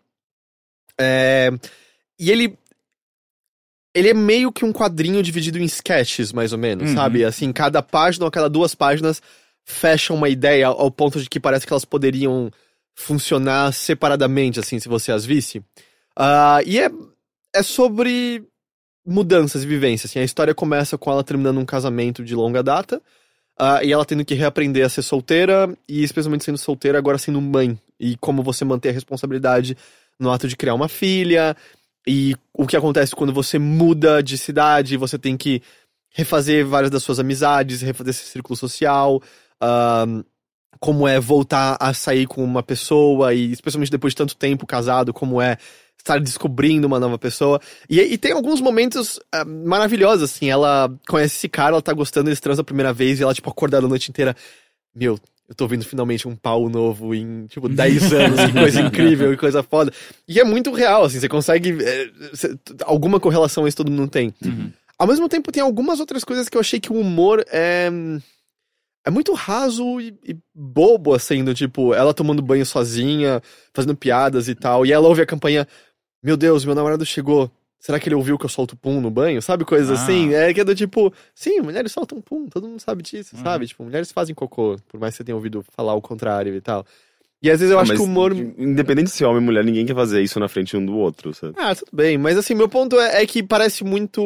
É, e ele. Ele é meio que um quadrinho dividido em sketches, mais ou menos, Uhum. sabe? Assim, cada página ou cada duas páginas fecha uma ideia ao ponto de que parece que elas poderiam funcionar separadamente, assim, se você as visse. Ah, e é, é sobre mudanças e vivências. Assim, a história começa com ela terminando um casamento de longa data. Ah, e ela tendo que reaprender a ser solteira, e especialmente sendo solteira, agora sendo mãe. E como você manter a responsabilidade no ato de criar uma filha, e o que acontece quando você muda de cidade, você tem que refazer várias das suas amizades, refazer esse círculo social, ah, como é voltar a sair com uma pessoa, e especialmente depois de tanto tempo casado, como é estar descobrindo uma nova pessoa. E, e tem alguns momentos ah, maravilhosos, assim, ela conhece esse cara, ela tá gostando, eles transam a primeira vez, e ela, tipo, acordada a noite inteira, meu, eu tô vendo finalmente um pau novo em, tipo, dez anos, que coisa incrível, que coisa foda. E é muito real, assim, você consegue, é, cê- alguma correlação a isso todo mundo tem. Uhum. Ao mesmo tempo, tem algumas outras coisas que eu achei que o humor é... É muito raso e, e bobo, assim, do tipo, ela tomando banho sozinha, fazendo piadas e tal, e ela ouve a campanha, meu Deus, meu namorado chegou, será que ele ouviu que eu solto pum no banho? Sabe, coisas Ah. assim? É que é do tipo, sim, mulheres soltam pum, todo mundo sabe disso, Uhum. sabe? Tipo, mulheres fazem cocô, por mais que você tenha ouvido falar o contrário e tal. E às vezes eu Ah, acho mas que o humor... Independente se é homem ou mulher, ninguém quer fazer isso na frente um do outro, sabe? Ah, tudo bem, mas assim, meu ponto é, é que parece muito...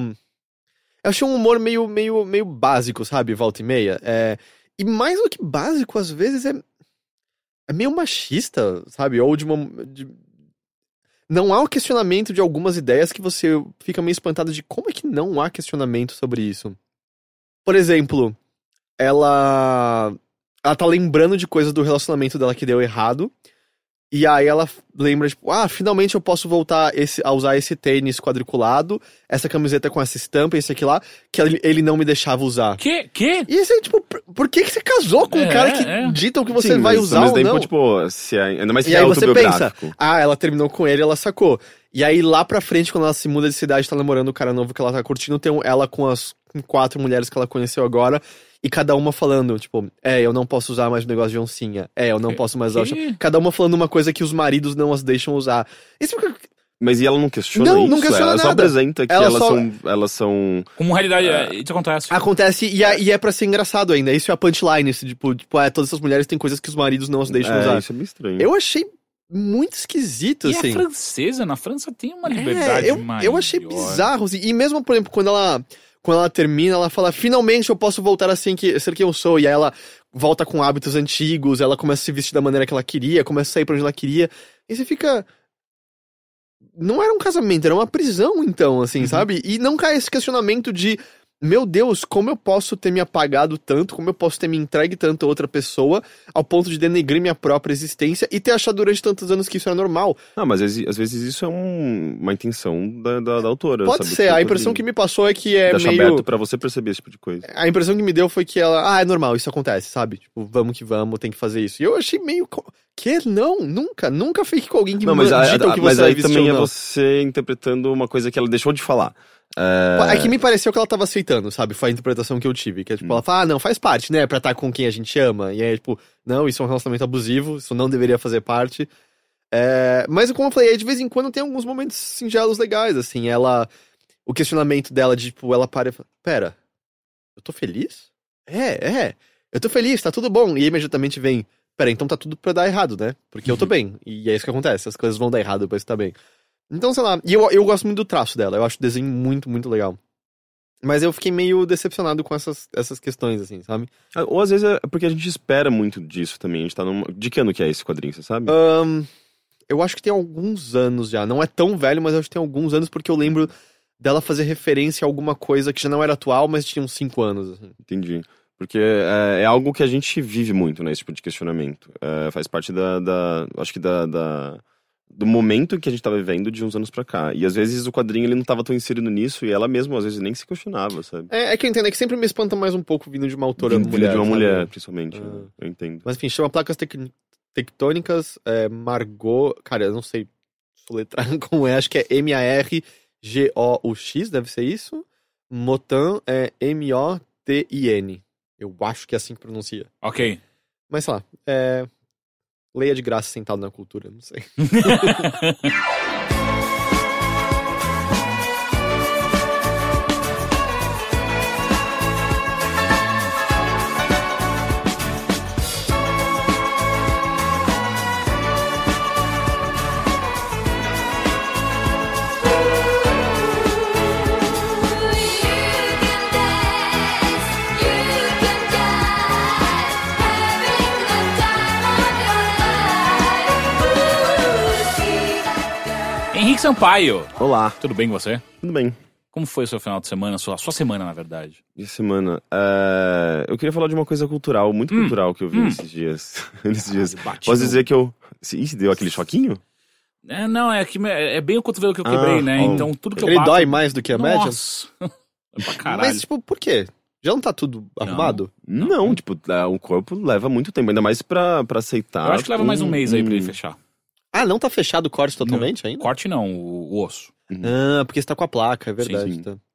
Eu achei um humor meio, meio, meio básico, sabe, volta e meia. É... E mais do que básico, às vezes, é... É meio machista, sabe? Ou de uma... de- Não há um questionamento de algumas ideias que você fica meio espantado de como é que não há questionamento sobre isso. Por exemplo, ela... Ela tá lembrando de coisas do relacionamento dela que deu errado. E aí ela lembra, tipo, ah, finalmente eu posso voltar esse, a usar esse tênis quadriculado, essa camiseta com essa estampa, esse aqui lá, que ele, ele não me deixava usar. Que? Que? E assim, tipo, por, por que, que você casou com um É, cara que é. dita o que você Sim, vai mas usar ao mesmo ou tempo, não? tipo, se é, ainda mais se E é aí você pensa, autobiográfico. ah, ela terminou com ele, ela sacou. E aí lá pra frente, quando ela se muda de cidade, tá namorando o cara novo que ela tá curtindo, tem um- ela com as com quatro mulheres que ela conheceu agora, e cada uma falando, tipo, é, eu não posso usar mais o negócio de oncinha, é, eu não Que- posso mais usar... o que? cha-" Cada uma falando uma coisa que os maridos não as deixam usar. Isso fica... Mas e ela não questiona Não, isso? não questiona ela só nada. apresenta que Ela elas, só- são, elas são... Como realidade, é, isso acontece. Acontece, e é, e é pra ser engraçado ainda. Isso é a punchline, esse, tipo, tipo, é, todas essas mulheres têm coisas que os maridos não as deixam É, usar. isso é meio estranho. Eu achei muito esquisito, E assim. é francesa, na França tem uma É, liberdade eu, maior. eu achei bizarro, assim. E mesmo, por exemplo, quando ela, quando ela termina, ela fala, finalmente eu posso voltar a ser, que, ser quem eu sou. E aí ela volta com hábitos antigos, ela começa a se vestir da maneira que ela queria, começa a sair pra onde ela queria. E você fica... Não era um casamento, era uma prisão, então, assim, Uhum. sabe? E não cai esse questionamento de... Meu Deus, como eu posso ter me apagado tanto, como eu posso ter me entregue tanto a outra pessoa, ao ponto de denegrir minha própria existência e ter achado durante tantos anos que isso era normal. Não, mas às às vezes isso é um- uma intenção da, da, da autora. Pode sabe? ser, Tipo, a impressão que me passou é que é deixa meio... aberto pra você perceber esse tipo de coisa. A impressão que me deu foi que ela, ah, é normal, isso acontece, sabe? Tipo, vamos que vamos, tem que fazer isso. E eu achei meio... co- Que? Não, nunca, nunca fiquei com alguém que Não, me mas, a- dita a- o que mas você vai aí vestir também ou é não. você interpretando uma coisa que ela deixou de falar. É, É que me pareceu que ela tava aceitando, sabe? Foi a interpretação que eu tive. Que é tipo, Hum. ela fala, ah, não, faz parte, né? Pra estar com quem a gente ama. E aí, tipo, não, isso é um relacionamento abusivo, isso não deveria fazer parte. É, mas como eu falei, aí de vez em quando tem alguns momentos singelos legais, assim. Ela. O questionamento dela de, tipo, ela para e fala, pera, eu tô feliz? É, é. Eu tô feliz, tá tudo bom. E aí, imediatamente vem, pera, então tá tudo pra dar errado, né? Porque eu tô bem. E é isso que acontece, as coisas vão dar errado depois que tá bem. Então, sei lá, e eu, eu gosto muito do traço dela, eu acho o desenho muito, muito legal. Mas eu fiquei meio decepcionado com essas, essas questões, assim, sabe? Ou às vezes é porque a gente espera muito disso também. A gente tá numa... De que ano que é esse quadrinho, você sabe? Ahn, eu acho que tem alguns anos já. Não é tão velho, mas eu acho que tem alguns anos, porque eu lembro dela fazer referência a alguma coisa que já não era atual, mas tinha uns cinco anos, assim. Entendi. Porque é, é algo que a gente vive muito, né? Esse tipo de questionamento. É, faz parte da... da acho que da... da... do momento que a gente tá vivendo de uns anos pra cá. E às vezes o quadrinho ele não tava tão inserido nisso e ela mesma às vezes nem se questionava, sabe? É, é que eu entendo, é que sempre me espanta mais um pouco vindo de uma autora Vindo mulher. de uma sabe? mulher, principalmente. Ah. né? Eu entendo. Mas enfim, chama Placas Tec- Tectônicas, é, Margot... Cara, eu não sei soletrar como é, acho que é M A R G O U X, deve ser isso. Motan é M O T I N. Eu acho que é assim que pronuncia. Ok. Mas sei lá, é... leia de graça sentado na cultura, não sei. Henrique Sampaio, Olá, tudo bem com você? tudo bem? Como foi o seu final de semana, a sua, a sua semana, na verdade? E semana? É, eu queria falar de uma coisa cultural, muito Hum, cultural que eu vi hum. nesses dias. nesses dias. Bate Posso no- dizer que eu... Ih, deu aquele choquinho? É, não, é que me- é bem o cotovelo que eu quebrei, Ah, né? oh. Então tudo que eu Ele bato... dói mais do que a média? Nossa! É pra caralho. Mas, tipo, por quê? Já não tá tudo arrumado? Não, tipo, é, o corpo leva muito tempo, ainda mais pra, pra aceitar. Eu acho que leva mais um mês aí pra ele fechar. Ah, não tá fechado o corte totalmente ainda? Corte não, o, o osso. Ah, porque você tá com a placa, é verdade. sim. Tá.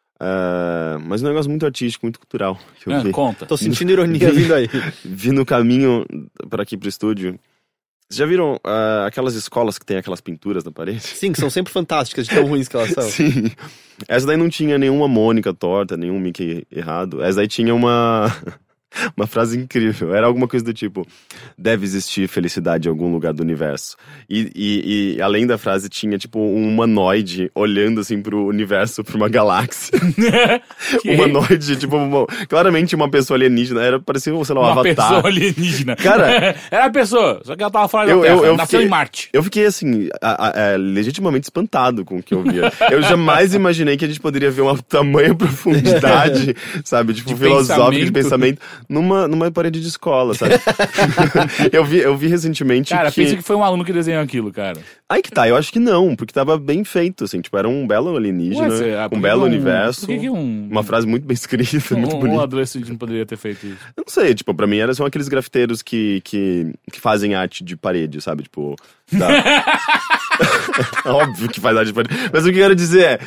É, mas um negócio muito artístico, muito cultural que eu Ah, vi. conta. Tô sentindo ironia vindo aí. Vi no caminho para aqui pro estúdio. Vocês já viram ah, aquelas escolas que tem aquelas pinturas na parede? Sim, que são sempre fantásticas, de tão ruins que elas são. Sim. Essa daí não tinha nenhuma Mônica torta, nenhum Mickey errado. Essa daí tinha uma... uma frase incrível. Era alguma coisa do tipo: deve existir felicidade em algum lugar do universo. E, e, e além da frase tinha tipo um humanoide olhando assim pro universo, pra uma galáxia. Que? Humanoide, tipo, uma- claramente uma pessoa alienígena. Era, parecia, sei lá, um Uma avatar. pessoa alienígena. Cara- era a pessoa, só que ela tava fora da Eu- Terra, eu- eu nasceu fiquei- em Marte. Eu fiquei, assim, a- a- é, legitimamente espantado com o que eu via. Eu jamais imaginei que a gente poderia ver uma tamanha profundidade, sabe? Tipo, De filosófica, de pensamento. pensamento, numa, numa parede de escola, sabe? eu, vi, eu vi recentemente Cara, que... pensa que foi um aluno que desenhou aquilo, cara. Aí que tá, eu acho que não, porque tava bem feito, assim. Tipo, era um belo alienígena, Ué, cê- ah, por um que belo um- universo, Por que, que um, uma frase muito bem escrita, muito um, um bonita. adolescente não poderia ter feito isso? Eu não sei, tipo, pra mim era, são aqueles grafiteiros que, que, que fazem arte de parede, sabe? Tipo, da- Óbvio que faz arte de parede. Mas o que eu quero dizer é...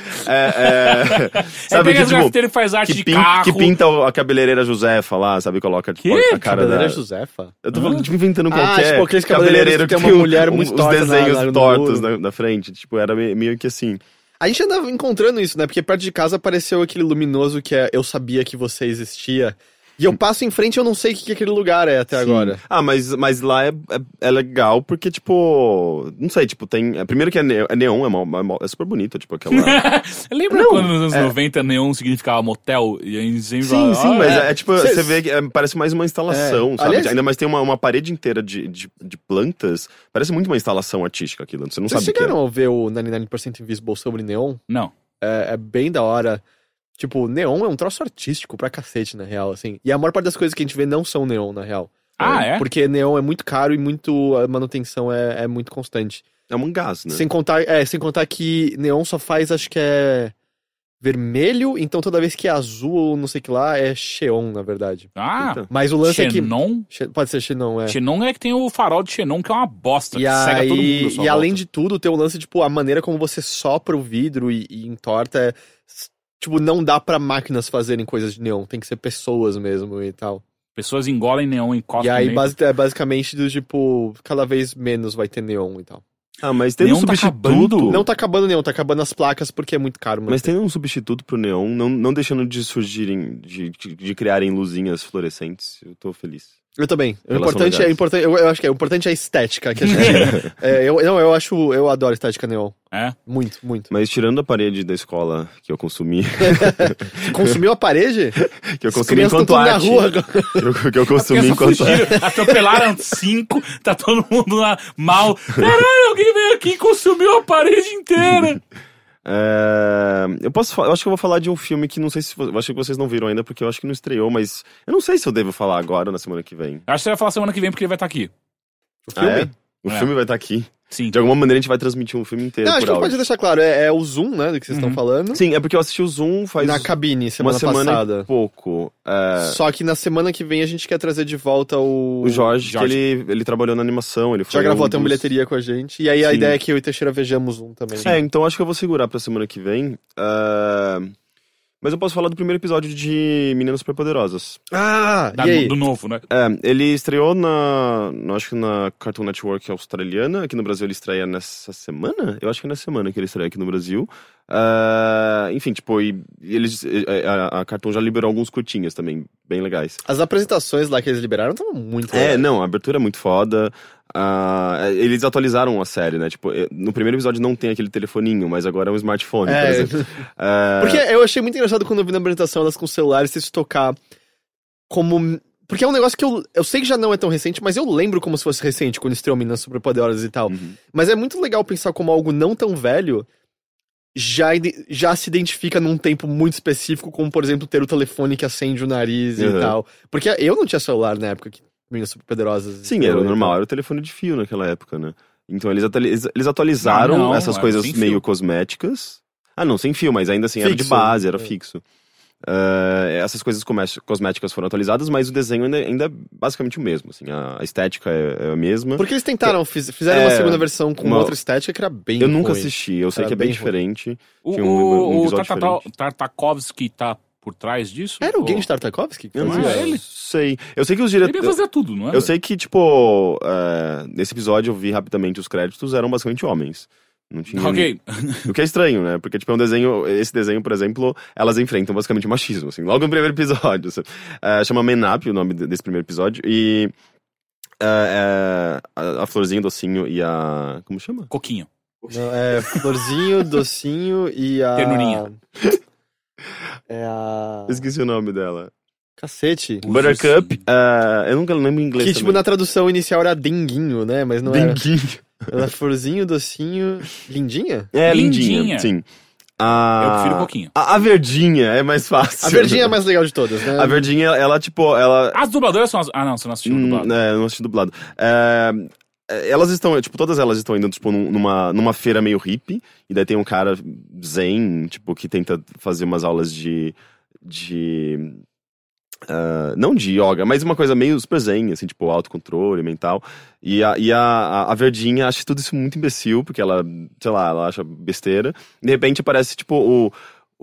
é, é sabe, pega que, as tipo, grafiteiras e faz arte que, de pin- carro. que pinta a cabeleireira Josefa lá, sabe? Coloca tipo, Que? a cara Cabeleireira da... Josefa? Eu tô falando, tipo, inventando qualquer Ah, tipo, aqueles cabeleireiros que tem uma o- mulher muito os torta na- desenhos na- no tortos muro. na, na frente. Tipo, era meio, meio que assim. A gente andava encontrando isso, né? Porque perto de casa apareceu aquele luminoso que é Eu Sabia Que Você Existia. E eu passo em frente e eu não sei o que, que aquele lugar é até Sim. agora. Ah, mas, mas lá é, é, é legal porque, tipo... Não sei, tipo, tem... é, primeiro que é, ne- é neon, é, mó- é, mó- é super bonito, tipo, aquela... Lembra Não, quando nos anos é- noventa neon significava motel? E a gente sempre Sim, falava, sim, ah, mas é. é, é tipo, Cês- você vê que é, parece mais uma instalação, É. sabe? Aliás- Ainda mais tem uma, uma parede inteira de, de, de plantas. Parece muito uma instalação artística aquilo, você não Vocês sabe o que é. chegaram a ver o noventa e nove por cento Invisible sobre neon? Não. É, é bem da hora. Tipo, neon é um troço artístico pra cacete, na real, assim. E a maior parte das coisas que a gente vê não são neon, na real. Ah, é? Porque neon é muito caro e muito, a manutenção é, é muito constante. É um gás, né? Sem contar, é, sem contar que neon só faz, acho que é vermelho, então toda vez que é azul ou não sei o que lá, é xenon, na verdade. Ah, Eita. Mas o lance é que... Xenon? Xe- Pode ser xenon, é. Xenon é que tem o farol de Xenon, que é uma bosta, E, que cega todo mundo. aí, à sua e além volta. de tudo, tem o lance, tipo, a maneira como você sopra o vidro e, e entorta é... Tipo, não dá pra máquinas fazerem coisas de neon, tem que ser pessoas mesmo e tal. Pessoas engolem neon, encostam E aí, nele. basi- é basicamente, do tipo, cada vez menos vai ter neon e tal. Ah, mas tem um Neon tá substituto... acabando? Não tá acabando neon, tá acabando as placas porque é muito caro. Mas tem um substituto pro neon, não, não deixando de surgirem, de, de, de criarem luzinhas fluorescentes. Eu tô feliz. Eu também. O Elas são importante é, legais. importante, eu, eu acho que é o importante é a estética que a gente... é, eu, não, eu acho, eu adoro estética neon. É? Muito, muito. Mas tirando a parede da escola que eu consumi, Consumiu a parede? que eu As consumi crianças enquanto tão na arte, rua agora. que eu, que eu consumi Crianças enquanto fugiram, atropelaram cinco, tá todo mundo lá mal. Caralho, alguém veio aqui e consumiu a parede inteira. É, eu posso fa- eu acho que eu vou falar de um filme que não sei se vo- eu acho que vocês não viram ainda porque eu acho que não estreou, mas eu não sei se eu devo falar agora ou na semana que vem. Acho que você vai falar semana que vem porque ele vai estar aqui. O filme? Ah, é? O É. filme vai estar aqui. Sim. De alguma maneira a gente vai transmitir um filme inteiro Não, acho por que a gente áudio. pode deixar claro, é, é o Zoom, né, do que vocês estão Uhum. falando. Sim, é porque eu assisti o Zoom faz Na cabine, uma semana, semana passada. e pouco. É, Só que na semana que vem a gente quer trazer de volta o... o Jorge, Jorge. que ele, ele trabalhou na animação, ele foi Já gravou um até uma dos- bilheteria com a gente. E aí a Sim. ideia é que eu e Teixeira vejamos um também. É, então acho que eu vou segurar pra semana que vem. É, mas eu posso falar do primeiro episódio de Meninas Superpoderosas. Ah, Da- e aí? do novo, né? É, ele estreou na, no- acho que na Cartoon Network australiana. Aqui no Brasil ele estreia nessa semana? Eu acho que é nessa semana que ele estreia aqui no Brasil. É, enfim, tipo, e, e eles, a, a Cartoon já liberou alguns curtinhas também, bem legais. As apresentações lá que eles liberaram estavam muito É, legais. não, a abertura é muito foda. Ah, eles atualizaram a série, né? Tipo, eh, no primeiro episódio não tem aquele telefoninho, mas agora é um smartphone, É. por exemplo. Ah, Porque eu achei muito engraçado quando eu vi na apresentação elas com celulares se tocar como... Porque é um negócio que eu, eu sei que já não é tão recente, mas eu lembro como se fosse recente, quando estreou Meninas Superpoderosas e tal. uhum. Mas é muito legal pensar como algo não tão velho já, ide- já se identifica num tempo muito específico, como, por exemplo, ter o telefone que acende o nariz e Uhum. tal. Porque eu não tinha celular na época que Meninas Superpoderosas... Sim, estreou era o e normal, tal. era o telefone de fio naquela época, né? Então eles, atuali- eles atualizaram Ah, não, essas era coisas sem meio fio. cosméticas. Ah, não, sem fio, mas ainda assim era de Fixo. base, era É. fixo. Ah, essas coisas comé- cosméticas foram atualizadas, mas o desenho ainda, ainda é basicamente o mesmo, assim, a, a estética é, é a mesma. Porque eles tentaram, fiz- fizeram uma É, segunda versão com uma- outra estética que era bem Eu nunca ruim. assisti, eu sei Era que é bem, bem ruim. diferente. O, Tinha um- um o, o episódio Tartata- diferente. Tartakovsky tá por trás disso? Era o Ou- Genji Tartakovsky? que Eu não Não fazia? é ele? sei. Eu sei que os Ele ia diretores... fazer tudo, não é? Eu sei que, tipo, é, nesse episódio eu vi rapidamente os créditos, eram basicamente homens. Não tinha... Ok. O que é estranho, né? Porque, tipo, é um desenho... Esse desenho, por exemplo, elas enfrentam basicamente o machismo, assim. Logo no primeiro episódio. Assim. É, chama Man Up, o nome de- desse primeiro episódio. E... é, é, a, a Florzinha, Docinho e a... Como chama? Coquinho. Não, é Florzinho, Docinho e a... Ternurinha. É a... Eu esqueci o nome dela. Cacete. O Buttercup. é, eu nunca lembro em inglês Que, tipo, também. na tradução inicial era Denguinho, né? Mas não era... Denguinho. Era Florzinho, Docinho... Lindinha? É, Lindinha. lindinha, sim. A... Eu prefiro Coquinho. A, a Verdinha é mais fácil. A verdinha é a mais legal de todas, né? A Verdinha, ela, tipo, ela... As dubladoras são as... Ah, não, você não assistiu o Hum, dublado. É, não assisti dublado. É, elas estão, tipo, todas elas estão indo, tipo, num- numa, numa feira meio hippie, e daí tem um cara zen, tipo, que tenta fazer umas aulas de... de Uh, não de yoga, mas uma coisa meio super zen, assim, tipo, autocontrole mental. E a, e a, a verdinha acha tudo isso muito imbecil, porque ela, sei lá, ela acha besteira. E de repente aparece, tipo, o...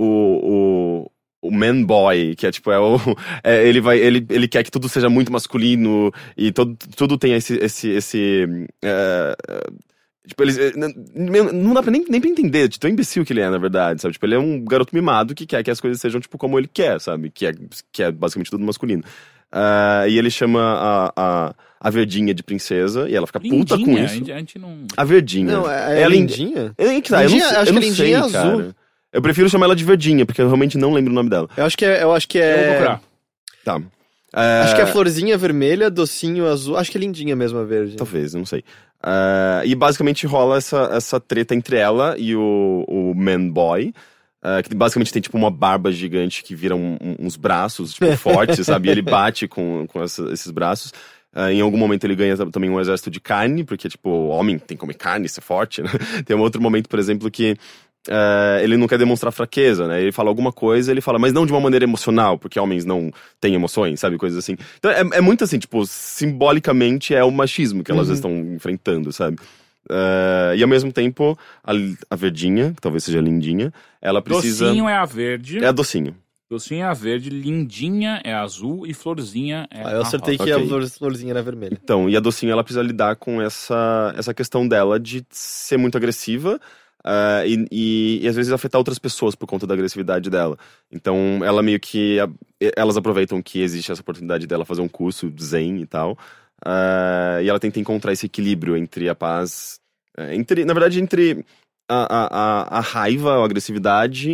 o, o o man boy, que é tipo, é o, é, ele, vai, ele, ele quer que tudo seja muito masculino e todo, tudo tem esse, esse, esse é, tipo, eles, não, não dá pra nem, nem pra entender de tão imbecil que ele é, na verdade, sabe, tipo, ele é um garoto mimado que quer que as coisas sejam, tipo, como ele quer, sabe, que é, que é basicamente tudo masculino. Uh, e ele chama a, a, a verdinha de princesa e ela fica lindinha, puta com isso. A gente não... A verdinha. Não, é, é, é lindinha? É, que tá, eu não, lindinha, eu acho não que sei, lindinha é cara. azul. Eu prefiro chamar ela de verdinha, porque eu realmente não lembro o nome dela. Eu acho que é... Eu acho que é... Eu vou procurar. Tá. É... Acho que é florzinha vermelha, docinho azul. Acho que é lindinha mesmo a verde. Talvez, eu não sei. Uh, e basicamente rola essa, essa treta entre ela e o, o man boy. Uh, que basicamente tem tipo uma barba gigante que vira um, um, uns braços, tipo, fortes, sabe? E ele bate com, com essa, esses braços. Uh, em algum momento ele ganha também um exército de carne, porque, tipo, o homem tem que comer carne, isso é forte, né? Tem um outro momento, por exemplo, que uh, ele não quer demonstrar fraqueza, né? Ele fala alguma coisa, ele fala, mas não de uma maneira emocional, porque homens não têm emoções, sabe? Coisas assim. Então é, é muito assim, tipo, simbolicamente é o machismo que elas uhum. estão enfrentando, sabe? Uh, e ao mesmo tempo, a, a verdinha, que talvez seja lindinha, ela precisa... Docinho é a verde. É a docinho. Docinho é a verde, lindinha é azul e florzinha é ah, eu acertei a que okay. a florzinha era vermelha. Então, e a docinho ela precisa lidar com essa, essa questão dela de ser muito agressiva uh, e, e, e às vezes afetar outras pessoas por conta da agressividade dela. Então, ela meio que... Elas aproveitam que existe essa oportunidade dela fazer um curso zen e tal. Uh, e ela tenta encontrar esse equilíbrio entre a paz... Entre, na verdade, entre a, a, a raiva, a agressividade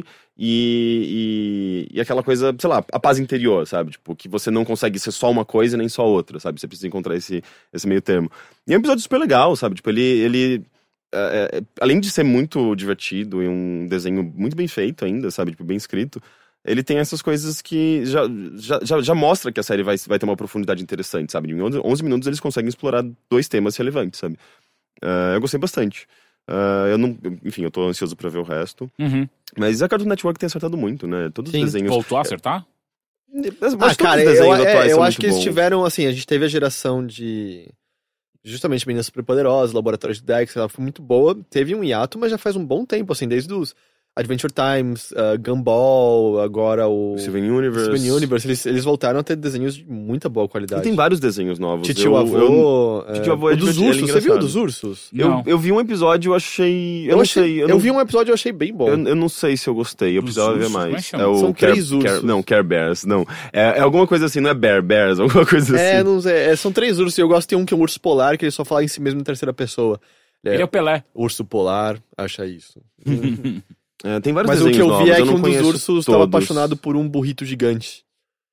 e, e, e aquela coisa, sei lá, a paz interior, sabe? Tipo, que você não consegue ser só uma coisa e nem só outra, sabe? Você precisa encontrar esse, esse meio termo. E é um episódio super legal, sabe? Tipo, ele... ele é, é, além de ser muito divertido e um desenho muito bem feito ainda, sabe? Tipo, bem escrito, ele tem essas coisas que já, já, já, já mostra que a série vai, vai ter uma profundidade interessante, sabe? Em onze minutos eles conseguem explorar dois temas relevantes, sabe? Uh, eu gostei bastante. Uh, eu não, enfim, eu tô ansioso pra ver o resto. Uhum. Mas a Cartoon Network tem acertado muito, né? Todos Sim. os desenhos... Voltou a acertar? Mas, ah, cara, eu, eu, é, eu acho que bons. eles tiveram, assim, a gente teve a geração de... Justamente Meninas Superpoderosas, Laboratório de Dexter, ela foi muito boa. Teve um hiato, mas já faz um bom tempo, assim, desde os Adventure Times, uh, Gumball, agora o... Steven Universe. Steven Universe, eles, eles voltaram a ter desenhos de muita boa qualidade. E tem vários desenhos novos. Titio Avô... Eu, Titio Avô é o dos ursos, você viu o dos ursos? Eu, eu vi um episódio, eu achei... Eu, eu não achei, sei... Eu, eu não, vi um episódio e eu achei bem bom. Eu, eu não sei se eu gostei, eu Dos precisava ursos? ver mais. Como é É o São Care, três ursos. Care, não, Care Bears, não. É, é alguma coisa assim, não é Bear Bears, alguma coisa assim. É, não sei, é, são três ursos, e eu gosto de um que é um urso polar, que ele só fala em si mesmo em terceira pessoa. Ele é o Pelé. Urso polar, acha isso. É, tem vários Mas o desenhos que eu vi novos, é eu que não um dos conheço ursos estava todos. apaixonado por um burrito gigante.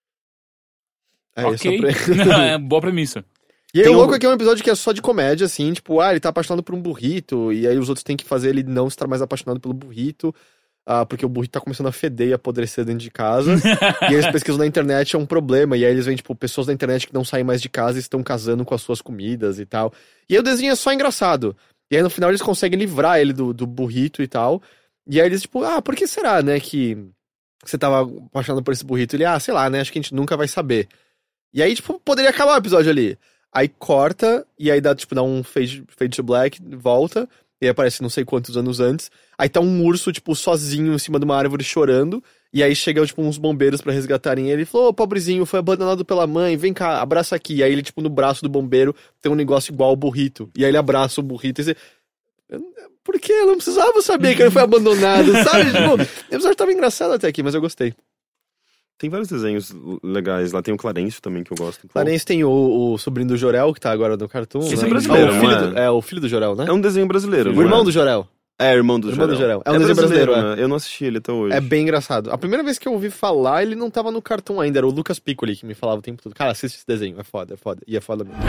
É, Ok. só pra... É boa premissa. E aí Tem o louco um- é que é um episódio que é só de comédia, assim, tipo, ah, ele tá apaixonado por um burrito, e aí os outros têm que fazer ele não estar mais apaixonado pelo burrito, ah, porque o burrito tá começando a feder e apodrecer dentro de casa. E eles pesquisam na internet, é um problema, e aí eles veem, tipo, pessoas na internet que não saem mais de casa e estão casando com as suas comidas e tal. E aí o desenho é só engraçado. E aí no final eles conseguem livrar ele do, do burrito e tal. E aí eles, tipo, ah, por que será, né, que você tava apaixonado por esse burrito? Ele, ah, sei lá, né, acho que a gente nunca vai saber. E aí, tipo, poderia acabar o episódio ali. Aí corta, e aí dá, tipo, dá um fade, fade to black, volta, e aí aparece não sei quantos anos antes. Aí tá um urso, tipo, sozinho em cima de uma árvore chorando, e aí chegam, tipo, uns bombeiros pra resgatarem ele. Ele falou, ô, pobrezinho, foi abandonado pela mãe, vem cá, abraça aqui. E aí ele, tipo, no braço do bombeiro tem um negócio igual ao burrito. E aí ele abraça o burrito e você... Por quê? Eu não precisava saber que ele foi abandonado, sabe? Tipo, o episódio tava engraçado até aqui, mas eu gostei. Tem vários desenhos legais. Lá tem o Clarencio também, que eu gosto. Clarence tem o, o sobrinho do Jorel, que tá agora no Cartoon. Esse né? é brasileiro, Ah, o filho não é? do, é o filho do Jorel, né? É um desenho brasileiro. O não irmão é? do Jorel. É, irmão do Irmão Jorel. do Jorel. É um desenho brasileiro, né? Eu não assisti ele até hoje. É bem engraçado. A primeira vez que eu ouvi falar, ele não tava no Cartoon ainda. Era o Lucas Piccoli que me falava o tempo todo. Cara, assiste esse desenho. É foda, é foda. E é foda mesmo.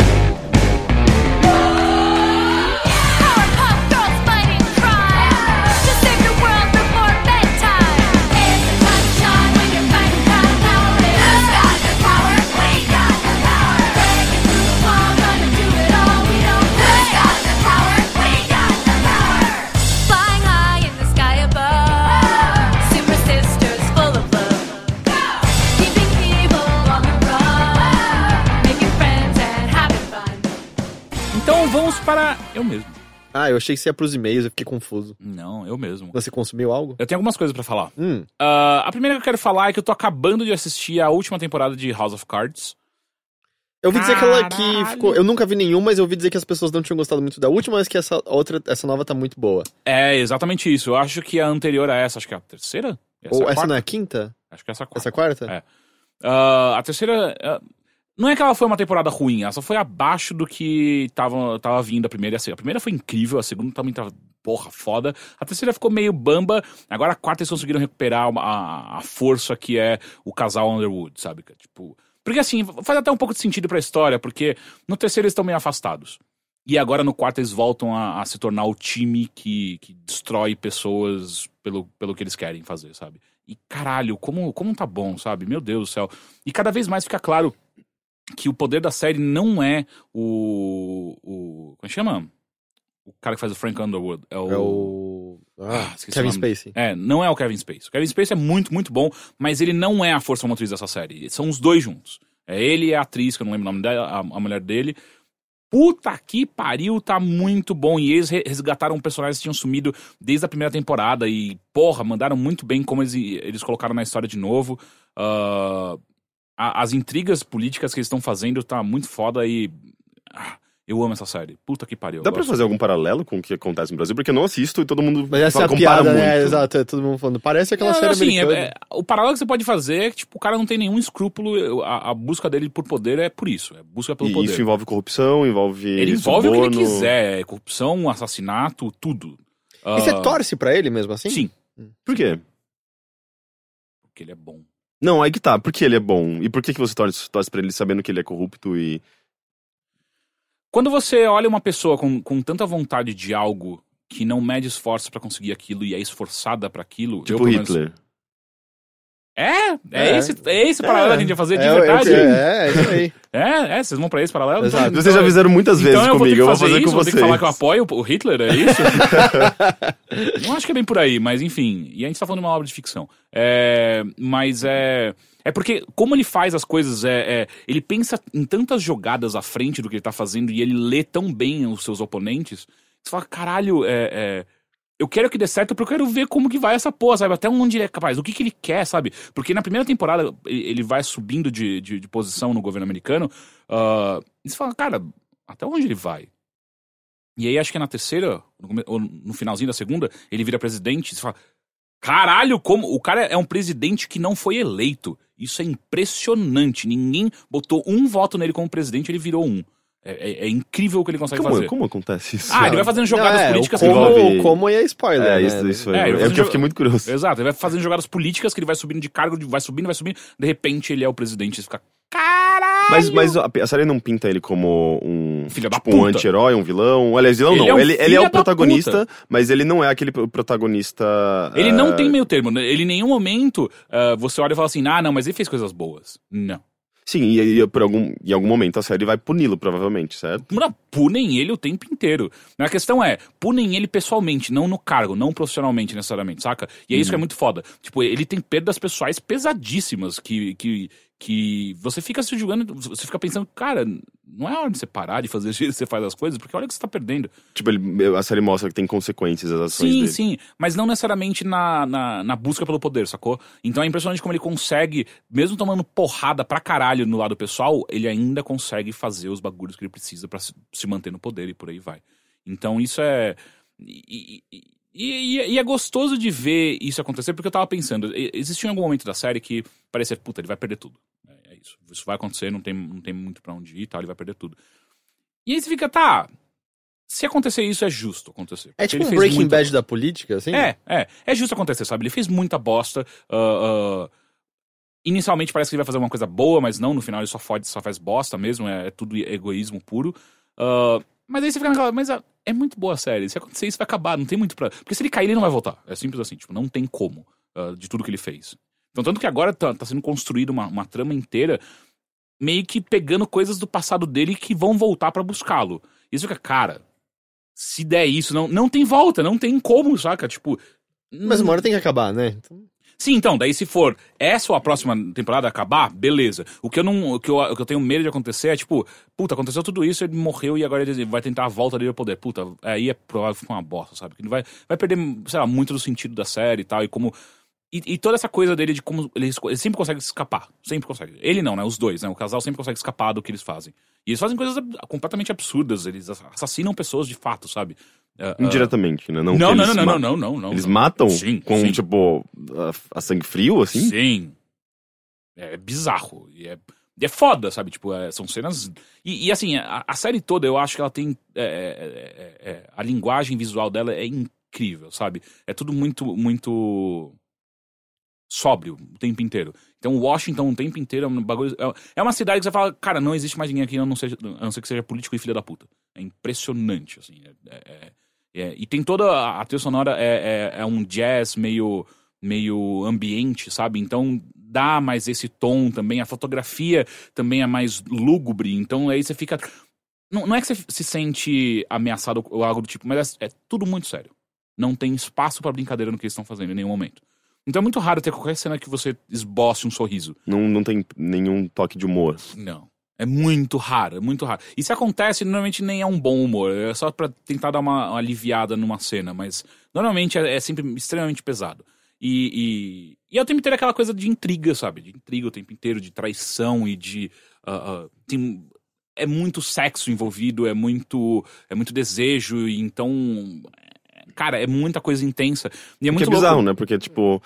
Powerpuff Girls fighting crime to save the world before bedtime. It's a time to shine when you're fighting crime. Power is. Who's got the power? We got the power. Breaking through the wall, gonna do it all. We know who's got the power? We got the power. Flying high in the sky above. Super sisters full of love. Keeping evil on the Então vamos para eu mesmo. Ah, eu achei que você ia pros e-mails, eu fiquei confuso. Não, eu mesmo. Você consumiu algo? Eu tenho algumas coisas pra falar. Hum. Ah, a primeira que eu quero falar é que eu tô acabando de assistir a última temporada de House of Cards. Eu ouvi dizer que ela que Caralho. ficou... Eu nunca vi nenhum, mas eu ouvi dizer que as pessoas não tinham gostado muito da última, mas que essa outra, essa nova tá muito boa. É, exatamente isso. Eu acho que a anterior a essa, acho que é a terceira? Essa Ou é a essa quarta? não é a quinta? Acho que é essa a quarta. Essa é a quarta? É. Ah, a terceira... ah, não é que ela foi uma temporada ruim, ela só foi abaixo do que tava, tava vindo a primeira e a segunda. A primeira foi incrível, a segunda também tava, porra, foda. A terceira ficou meio bamba. Agora a quarta eles conseguiram recuperar uma- a, a força que é o casal Underwood, sabe? Tipo... Porque assim, faz até um pouco de sentido pra história, porque no terceiro eles estão meio afastados. E agora no quarto eles voltam a, a se tornar o time que, que destrói pessoas pelo, pelo que eles querem fazer, sabe? E caralho, como, como tá bom, sabe? Meu Deus do céu. E cada vez mais fica claro que o poder da série não é o... o como é que chama? O cara que faz o Frank Underwood. É o... É o... Ah, Ah, esqueci Kevin o nome. Spacey. É, não é o Kevin Spacey. O Kevin Spacey é muito, muito bom, mas ele não é a força motriz dessa série. São os dois juntos. É ele e a atriz, que eu não lembro o nome dela, a, a mulher dele. Puta que pariu, tá muito bom. E eles re- resgataram personagens que tinham sumido desde a primeira temporada. E, porra, mandaram muito bem como eles, eles colocaram na história de novo. Ah, a- as intrigas políticas que eles estão fazendo tá muito foda e... ah, eu amo essa série. Puta que pariu. eu Dá pra gosto. fazer algum paralelo com o que acontece no Brasil? Porque eu não assisto e todo mundo Mas essa é fala- a compara piada, muito. né? Exato, é todo mundo falando. Parece aquela Não, série assim, é- americana. é- o paralelo que você pode fazer é que tipo, o cara não tem nenhum escrúpulo, a, a busca dele por poder é por isso, é busca pelo E poder. isso envolve corrupção, envolve Ele envolve o que ele suborno. quiser, é corrupção, assassinato, tudo. E você Ah, torce pra ele mesmo assim? Sim, Por quê? porque ele é bom. Não, aí que tá. Por que ele é bom? E por que, que você torce, torce pra ele sabendo que ele é corrupto e... Quando você olha uma pessoa com, com tanta vontade de algo que não mede esforços pra conseguir aquilo e é esforçada pra aquilo... eu, Tipo pelo menos- Hitler. É? É, É. esse, é esse paralelo que a gente ia fazer de é, verdade? É, é, é isso aí. É, é, vocês vão pra esse paralelo? Exato. Então- Vocês já fizeram muitas vezes então eu vou ter comigo, que eu vou fazer fazer isso, com vou ter vocês. que falar que eu apoio o Hitler, é isso? Não acho que é bem por aí, mas enfim. E a gente tá falando de uma obra de ficção. É, mas é... É porque, como ele faz as coisas, é, é, ele pensa em tantas jogadas à frente do que ele tá fazendo e ele lê tão bem os seus oponentes, você fala, caralho, é... é eu quero que dê certo porque eu quero ver como que vai essa porra, sabe? Até onde ele é capaz, o que que ele quer, sabe? Porque na primeira temporada ele ele vai subindo de, de, de posição no governo americano, uh, e você fala, cara, até onde ele vai? E aí acho que é na terceira, no come- ou no finalzinho da segunda, ele vira presidente, e você fala, caralho, como o cara é um presidente que não foi eleito. Isso é impressionante, ninguém botou um voto nele como presidente, ele virou um. É, é- é incrível o que ele consegue Como, fazer. como acontece isso? Ah, ele vai fazendo jogadas Não, é, políticas o como, envolve- o como é spoiler, É, né? isso, isso É, é, ele vai é o fazer que eu fiquei muito curioso. Exato, ele vai fazendo jogadas políticas que ele vai subindo de cargo, de- vai subindo, vai subindo, de repente ele é o presidente, você fica, caralho! Mas, mas a, a série não pinta ele como um, Filho da tipo, um puta. anti-herói, um vilão. Aliás, vilão Ele não. é um ele, ele é filho o da protagonista, mas ele não é aquele pro- protagonista. Ele ah, não tem meio termo, né? Ele em nenhum momento ah, você olha e fala assim, ah, não, mas ele fez coisas boas. Não. Sim, e, e por algum, em algum momento a série vai puni-lo, provavelmente, certo? Não, punem ele o tempo inteiro. A questão é, punem ele pessoalmente, não no cargo, não profissionalmente necessariamente, saca? E é isso que é muito foda. Tipo, ele tem perdas pessoais pesadíssimas que, que, que você fica se julgando, você fica pensando, cara, não é hora de você parar de fazer o jeito que você faz as coisas, porque olha que você tá perdendo. Tipo, ele, a série mostra que tem consequências as ações Sim, dele. sim, mas não necessariamente na, na, na busca pelo poder, sacou? Então é impressionante como ele consegue, mesmo tomando porrada pra caralho no lado pessoal, ele ainda consegue fazer os bagulhos que ele precisa pra se, se manter no poder e por aí vai. Então isso é... E, e, e, e é gostoso de ver isso acontecer, porque eu tava pensando, e- existiu em algum momento da série que parecia, puta, ele vai perder tudo. É, é isso, isso vai acontecer, não tem, não tem muito pra onde ir e tal, ele vai perder tudo. E aí você fica, tá... Se acontecer isso, é justo acontecer. É Porque tipo ele um fez Breaking muita- Bad da política, assim? é, é. É justo acontecer, sabe? Ele fez muita bosta. ah, ah, inicialmente parece que ele vai fazer uma coisa boa, mas não, no final ele só, fode, só faz bosta mesmo. É, é tudo egoísmo puro. Ah, mas aí você fica naquela. Mas ah, é muito boa a série. Se acontecer isso, vai acabar. Não tem muito pra. Porque se ele cair, ele não vai voltar. É simples assim. Tipo, não tem como. ah, de tudo que ele fez. Então, tanto que agora tá, tá sendo construída uma, uma trama inteira, meio que pegando coisas do passado dele que vão voltar pra buscá-lo. E você fica, cara. Se der isso, não, não tem volta, não tem como, saca? Tipo. Mas uma hora tem que acabar, né? Então... Sim, então, daí se for essa ou a próxima temporada acabar, beleza. O que eu não, o que eu, o que eu tenho medo de acontecer é tipo, puta, aconteceu tudo isso, ele morreu e agora ele vai tentar a volta dele ao poder. Puta, aí é provável que fique uma bosta, sabe? Que ele vai, vai perder, sei lá, muito do sentido da série e tal, e como... E, e toda essa coisa dele de como ele, ele sempre consegue escapar, sempre consegue. Ele não, né? Os dois, né? O casal sempre consegue escapar do que eles fazem. E eles fazem coisas completamente absurdas, eles assassinam pessoas de fato, sabe? Uh, uh... Indiretamente, né? Não, não, que não, eles não, ma- não, não, não, não. Eles não. matam Sim, com, sim. tipo, a, a sangue frio, assim? Sim. É bizarro. E é, e é foda, sabe? Tipo, é, são cenas... E, e assim, a, a série toda, eu acho que ela tem... É, é, é, a linguagem visual dela é incrível, sabe? É tudo muito, muito... sóbrio o tempo inteiro. Então, Washington o tempo inteiro é um bagulho... É, é uma cidade que você fala, cara, não existe mais ninguém aqui a não, seja, a não ser que seja político e filha da puta. É impressionante, assim. É, é, é, e tem toda... A, a trilha sonora é, é, é um jazz meio, meio ambiente, sabe? Então, dá mais esse tom também. A fotografia também é mais lúgubre. Então, aí você fica... Não, não é que você se sente ameaçado ou algo do tipo, mas é, é tudo muito sério. Não tem espaço pra brincadeira no que eles estão fazendo em nenhum momento. Então é muito raro ter qualquer cena que você esboce um sorriso. Não, não tem nenhum toque de humor. Não. É muito raro, é muito raro. E se acontece, normalmente nem é um bom humor. É só pra tentar dar uma, uma aliviada numa cena. Mas normalmente é, é sempre extremamente pesado. E, e, e é o tempo inteiro aquela coisa de intriga, sabe? De intriga o tempo inteiro, de traição e de... Uh, uh, tem, é muito sexo envolvido, é muito, é muito desejo. E então... Cara, é muita coisa intensa. E é muito que é bizarro, louco. né? Porque, tipo,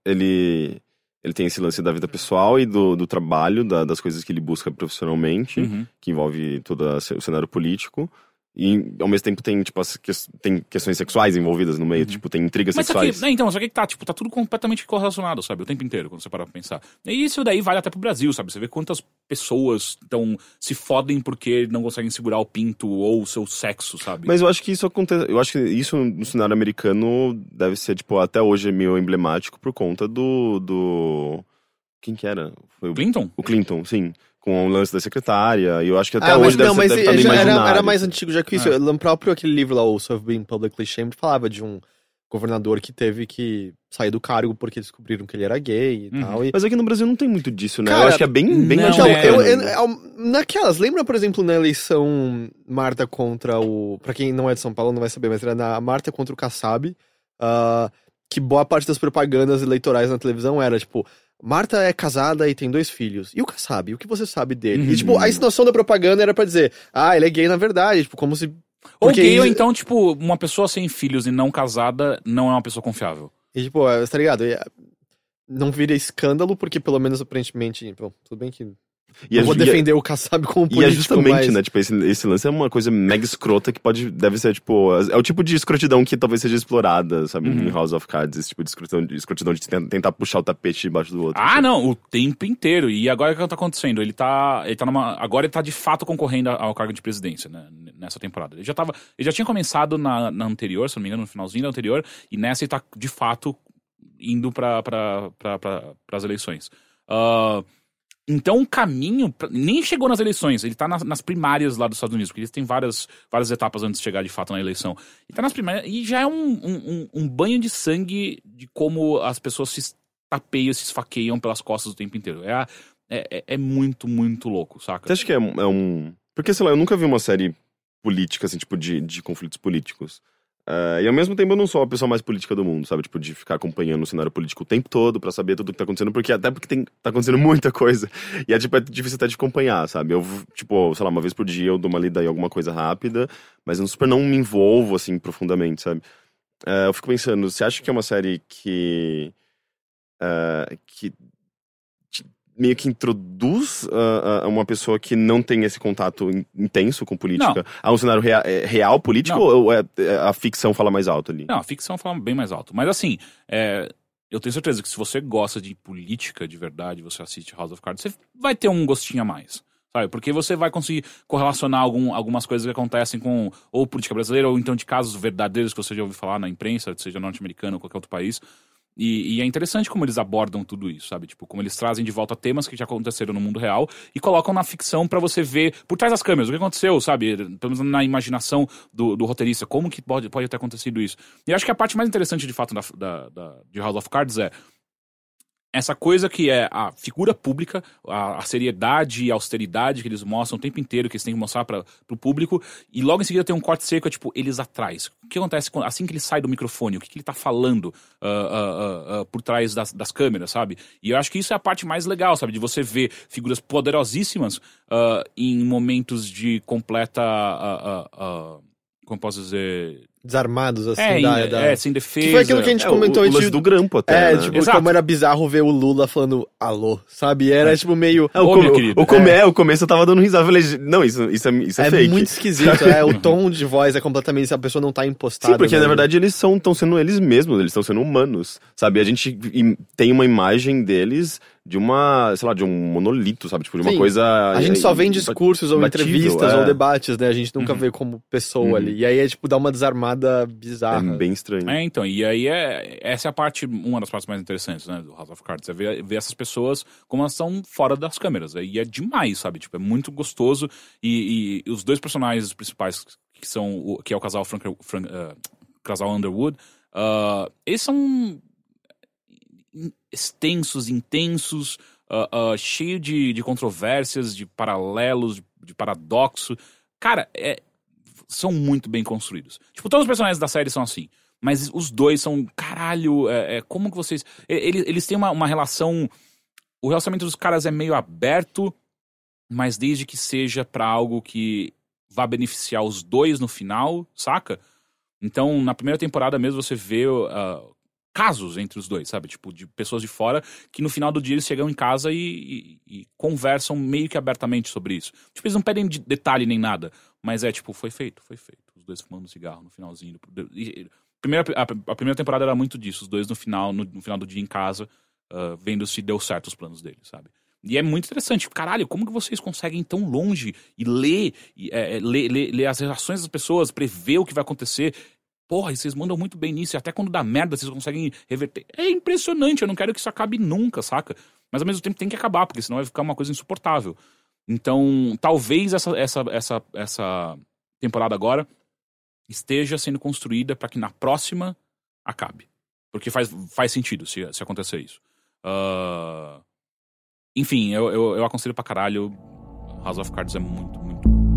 ele, ele tem esse lance da vida pessoal e do, do trabalho, da- das coisas que ele busca profissionalmente, Uhum. que envolve todo a- o cenário político. E, ao mesmo tempo, tem, tipo, as que- tem questões sexuais envolvidas no meio. Tipo, tem intrigas Mas só sexuais. que, né, então, só que tá, tipo, tá tudo completamente correlacionado, sabe? O tempo inteiro, quando você parar pra pensar. E isso daí vale até pro Brasil, sabe? Você vê quantas pessoas tão, se fodem porque não conseguem segurar o pinto ou o seu sexo, sabe? Mas eu acho que isso acontece. Eu acho que isso no cenário americano deve ser, tipo, até hoje é meio emblemático por conta do. do... Quem que era? Foi o Clinton? O Clinton, sim. Com o lance da secretária. E eu acho que até Ah, mas hoje deve, não, ser, mas deve estar no já era, imaginário. era mais antigo já que isso. É. O próprio aquele livro lá, o So I've Been Publicly Shamed, falava de um governador que teve que sair do cargo porque descobriram que ele era gay e Uhum. tal. E... Mas aqui no Brasil não tem muito disso, né? Cara, eu acho que é bem, bem não, Então, é, eu, americano eu- ainda. eu- naquelas, lembra, por exemplo, na eleição Marta contra o... Pra quem não é de São Paulo não vai saber, mas era na Marta contra o Kassab, ah, que boa parte das propagandas eleitorais na televisão era, tipo, Marta é casada e tem dois filhos. E o Kassab? O que você sabe dele? Uhum. E, tipo, a insinuação da propaganda era pra dizer, ah, ele é gay na verdade, tipo, como se... Ou porque gay, ou isso- então, tipo, uma pessoa sem filhos e não casada não é uma pessoa confiável. E, tipo, é, tá ligado? E, não vira escândalo, porque pelo menos aparentemente... Bom, tudo bem que... E não é, vou e é- defender o Kassab como político, e é justamente, mas... né? Tipo, esse, esse lance é uma coisa mega escrota que pode, deve ser, tipo... É o tipo de escrotidão que talvez seja explorada, sabe? Uhum. Em House of Cards. Esse tipo de escrotidão de, escrotidão de ten- tentar puxar o tapete debaixo do outro. Ah, assim. não, o tempo inteiro. E agora o que tá acontecendo? Ele tá. Ele tá numa. Agora ele tá de fato concorrendo ao cargo de presidência, né? Nessa temporada. Ele já tava. Ele já tinha começado na, na anterior, se não me engano, no finalzinho da anterior, e nessa ele tá de fato indo pra, pra, pra, pra, pras eleições. Ah, então o caminho. pra- nem chegou nas eleições, ele tá nas, nas primárias lá dos Estados Unidos, porque eles têm várias, várias etapas antes de chegar de fato na eleição. Ele tá nas primárias. E já é um, um, um- um banho de sangue de como as pessoas se tapeiam, se esfaqueiam pelas costas o tempo inteiro. É, a- é, é- é muito, muito louco, saca? Você acha que é, um- é um... Porque, sei lá, eu nunca vi uma série política, assim, tipo, de, de conflitos políticos. Eh, e ao mesmo tempo eu não sou a pessoa mais política do mundo, sabe? Tipo, de ficar acompanhando o cenário político o tempo todo pra saber tudo o que tá acontecendo, porque até porque tem, tá acontecendo muita coisa. E é, tipo, é difícil até de acompanhar, sabe? Eu, tipo, sei lá, uma vez por dia eu dou uma lida em alguma coisa rápida, mas eu super não me envolvo, assim, profundamente, sabe? Eh, eu fico pensando, você acha que é uma série que... eh, que te- meio que introduz ah, ah, uma pessoa que não tem esse contato in- intenso com política a um cenário rea- é, real político, Não. ou é, é a ficção fala mais alto ali? Não, a ficção fala bem mais alto. Mas assim, é, eu tenho certeza que se você gosta de política de verdade, você assiste House of Cards, você vai ter um gostinho a mais. Sabe? Porque você vai conseguir correlacionar algum, algumas coisas que acontecem com ou política brasileira, ou então de casos verdadeiros que você já ouviu falar na imprensa, seja norte-americano ou qualquer outro país. E, e é interessante como eles abordam tudo isso, sabe? Tipo, como eles trazem de volta temas que já aconteceram no mundo real e colocam na ficção pra você ver por trás das câmeras o que aconteceu, sabe? Pelo menos na imaginação do, do roteirista, como que pode, pode ter acontecido isso. E eu acho que a parte mais interessante, de fato, da, da, da- de House of Cards é essa coisa que é a figura pública, a, a seriedade e a austeridade que eles mostram o tempo inteiro, que eles têm que mostrar para o público, e logo em seguida tem um corte seco, é tipo, eles atrás. O que acontece quando, assim que ele sai do microfone? O que, que ele tá falando uh, uh, uh, uh, por trás das, das câmeras, sabe? E eu acho que isso é a parte mais legal, sabe? De você ver figuras poderosíssimas uh, em momentos de completa... Uh, uh, uh, como posso dizer... Desarmados, assim, É, da, em- da... é, sem defesa. Que foi aquilo que a gente É, comentou o, o antes. lance do grampo até, É, né? tipo, Exato. como era bizarro ver o Lula falando alô, sabe? Era, tipo, meio... É, o, Ô, come- meu querido. o, come- é, o começo eu tava dando risada. Eu falei, não, isso, isso, é, isso é, É fake. muito esquisito, é, o tom de voz é completamente... A pessoa não tá impostada. Sim, porque né? na verdade eles estão sendo eles mesmos, eles estão sendo humanos, sabe? A gente im- tem uma imagem deles de uma, sei lá, de um monolito, sabe? Tipo, de uma Sim, coisa... A gente só vê em é, discursos ou imbatível, entrevistas é. ou debates, né? A gente nunca Uhum. vê como pessoa Uhum. ali. E aí é, tipo, dá uma desarmada É bizarra. bem estranho. É, então, e aí é, essa é a parte, uma das partes mais interessantes, né, do House of Cards, é ver, ver essas pessoas como elas estão fora das câmeras, e é demais, sabe, tipo, é muito gostoso, e, e os dois personagens principais, que são, o, que é o casal Frank, Frank, uh, casal Underwood, uh, eles são extensos, intensos, uh, uh, cheio de, de controvérsias, de paralelos, de, de paradoxo, cara, é... são muito bem construídos. Tipo, todos os personagens da série são assim. Mas os dois são, caralho, é, é, como que vocês... Eles, eles têm uma, uma relação... O relacionamento dos caras é meio aberto, mas desde que seja pra algo que vá beneficiar os dois no final, saca? Então, na primeira temporada mesmo, você vê uh, casos entre os dois, sabe? Tipo, de pessoas de fora que no final do dia eles chegam em casa e, e, e conversam meio que abertamente sobre isso. Tipo, eles não pedem de detalhe nem nada. Mas é tipo, foi feito, foi feito. Os dois fumando cigarro no finalzinho. E, primeira, a, a primeira temporada era muito disso. Os dois no final, no, no final do dia em casa, uh, vendo se deu certo os planos deles, sabe? E é muito interessante. Caralho, como que vocês conseguem ir tão longe e ler, e, é, ler, ler, ler as reações das pessoas, prever o que vai acontecer? Porra, e vocês mandam muito bem nisso. E até quando dá merda, vocês conseguem reverter. É impressionante. Eu não quero que isso acabe nunca, saca? Mas ao mesmo tempo tem que acabar, porque senão vai ficar uma coisa insuportável. Então, talvez essa, essa, essa, essa temporada agora esteja sendo construída para que na próxima acabe. Porque faz, faz sentido se, se acontecer isso. Uh... Enfim, eu, eu, eu aconselho pra caralho. House of Cards é muito, muito bom.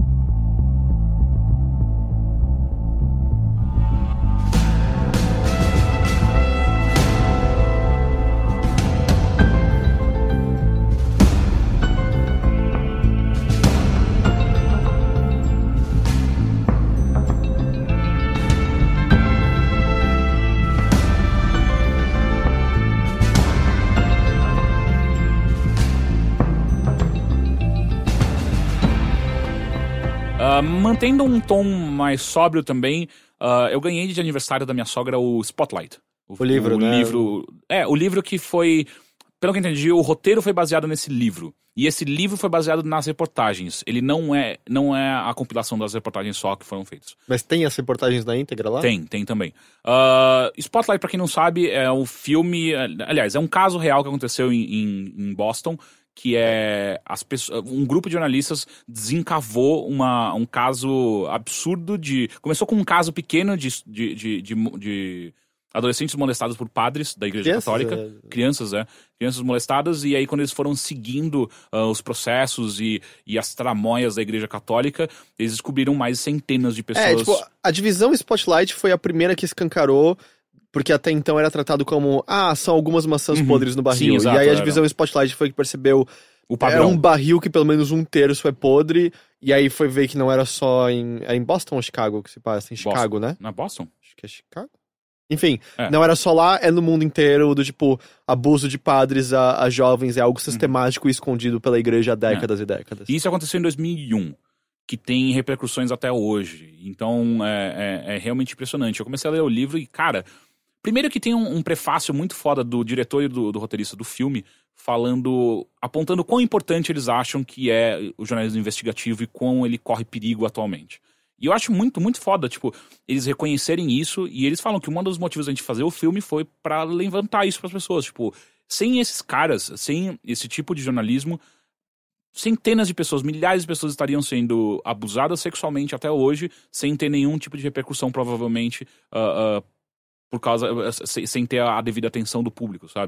Uh, mantendo um tom mais sóbrio também, uh, eu ganhei de aniversário da minha sogra o Spotlight. O livro, o né? livro, é, o livro que foi, pelo que eu entendi, o roteiro foi baseado nesse livro. E esse livro foi baseado nas reportagens. Ele não é, não é a compilação das reportagens só que foram feitas. Mas tem as reportagens na íntegra lá? Tem, tem também. Uh, Spotlight, pra quem não sabe, é um filme... Aliás, é um caso real que aconteceu em, em, em Boston, que é as pessoas, um grupo de jornalistas desencavou uma, um caso absurdo de... Começou com um caso pequeno de, de, de, de, de adolescentes molestados por padres da Igreja Crianças, Católica. é. Crianças, é. Crianças molestadas, e aí quando eles foram seguindo uh, os processos e, e as tramóias da Igreja Católica, eles descobriram mais centenas de pessoas... É, tipo, a divisão Spotlight foi a primeira que escancarou, porque até então era tratado como, ah, são algumas maçãs Uhum. podres no barril. Sim, exato, e aí a era. divisão Spotlight foi que percebeu, o é padrão. um barril que pelo menos um terço é podre, e aí foi ver que não era só em... É em Boston ou Chicago que se passa? Em Boston. Chicago, né? Na Boston? Acho que é Chicago. Enfim, É. não era só lá, é no mundo inteiro, do tipo, abuso de padres a, a jovens é algo sistemático e escondido pela igreja há décadas e décadas. E isso aconteceu em dois mil e um, que tem repercussões até hoje. Então é, é, é realmente impressionante. Eu comecei a ler o livro e, cara, primeiro que tem um, um prefácio muito foda do diretor e do, do roteirista do filme, falando, apontando quão importante eles acham que é o jornalismo investigativo e quão ele corre perigo atualmente. E eu acho muito, muito foda, tipo, eles reconhecerem isso, e eles falam que um dos motivos da gente fazer o filme foi pra levantar isso pras pessoas, tipo, sem esses caras, sem esse tipo de jornalismo, centenas de pessoas, milhares de pessoas estariam sendo abusadas sexualmente até hoje, sem ter nenhum tipo de repercussão, provavelmente, uh, uh, por causa, uh, sem, sem ter a devida atenção do público, sabe?